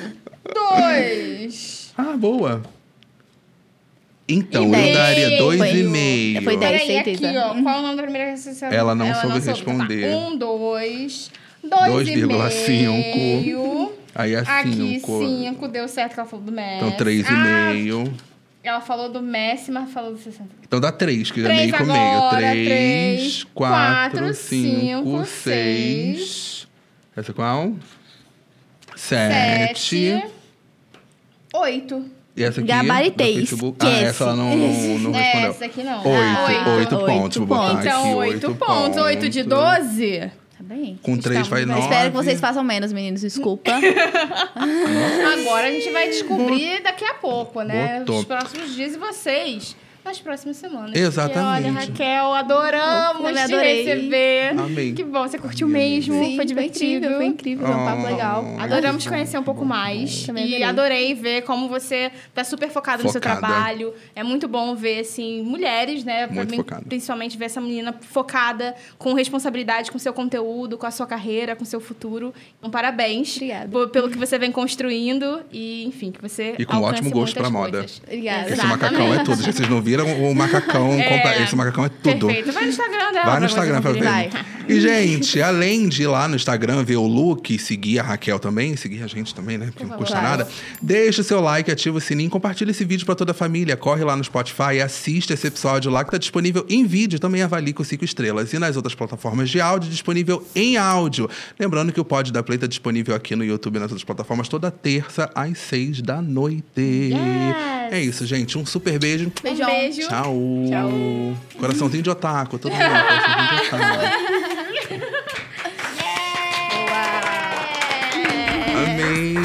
Dois. Ah, boa. Então, E eu dez? daria dois Foi e o- meio. foi dez. Peraí, aqui, certeza. ó. Qual é o nome da primeira rede social? Ela não soube responder. Tá. Um, dois. Dois dois e vírgula meio. Aí é Aqui, cinco. cinco. Deu certo que ela falou do Messi. Então, três e Ah, meio. ela falou do Messi, mas falou do sessenta. Então dá três, que é Três meio com agora, meio. Três, três, quatro, quatro, cinco, cinco, seis. Essa qual? Sete. Sete. Oito. E essa aqui? Gabaritei, do Facebook? esquece. Ah, essa ela não, não, não É, respondeu. essa aqui não. Oito, Ah, oito, oito. pontos. Vou botar pontos. Então, aqui oito pontos. Oito de doze. Tá bem. Com três vai Estamos- nove. Espero que vocês façam menos, meninos. Desculpa. Agora a gente vai descobrir daqui a pouco, né? Botou. Nos próximos dias e vocês nas próximas semanas. Exatamente. Porque, olha, Raquel, adoramos Eu te adorei. receber. Amei. Que bom, você curtiu mesmo, Sim, foi divertido. incrível, foi incrível. Foi um papo Oh. legal. Adoramos te conhecer um pouco mais. Também E adorei. adorei ver como você tá super focada no seu Focada. trabalho. É muito bom ver, assim, mulheres, né? Pra Muito mim, focada. principalmente ver essa menina focada, com responsabilidade com seu conteúdo, com a sua carreira, com seu futuro. Então, parabéns Obrigada. por- pelo que você vem construindo e, enfim, que você E com alcance ótimo gosto muitas pra moda. coisas. Obrigada. Esse Exatamente. macacão é tudo. Gente, vocês não viram o macacão? compra- Esse macacão é tudo. Perfeito. Vai no Instagram dela. Vai no pra Instagram pra vocês ver. verem. Vai. E, gente, além de ir lá no Instagram ver o look, seguir a Raquel também, seguir a gente também, né? Porque não custa Claro. nada. Deixa o seu like, ativa o sininho, compartilha esse vídeo pra toda a família. Corre lá no Spotify e assista esse episódio lá que tá disponível em vídeo. Também avalie com cinco estrelas. E nas outras plataformas de áudio, disponível em áudio. Lembrando que o Pod da Play tá disponível aqui no YouTube e nas outras plataformas toda terça às seis da noite. Yes. É isso, gente. Um super beijo. Beijão. Um beijo. Tchau. Tchau. Coraçãozinho de otaku. Todo mundo. Coraçãozinho de otaku. Boa. Amém.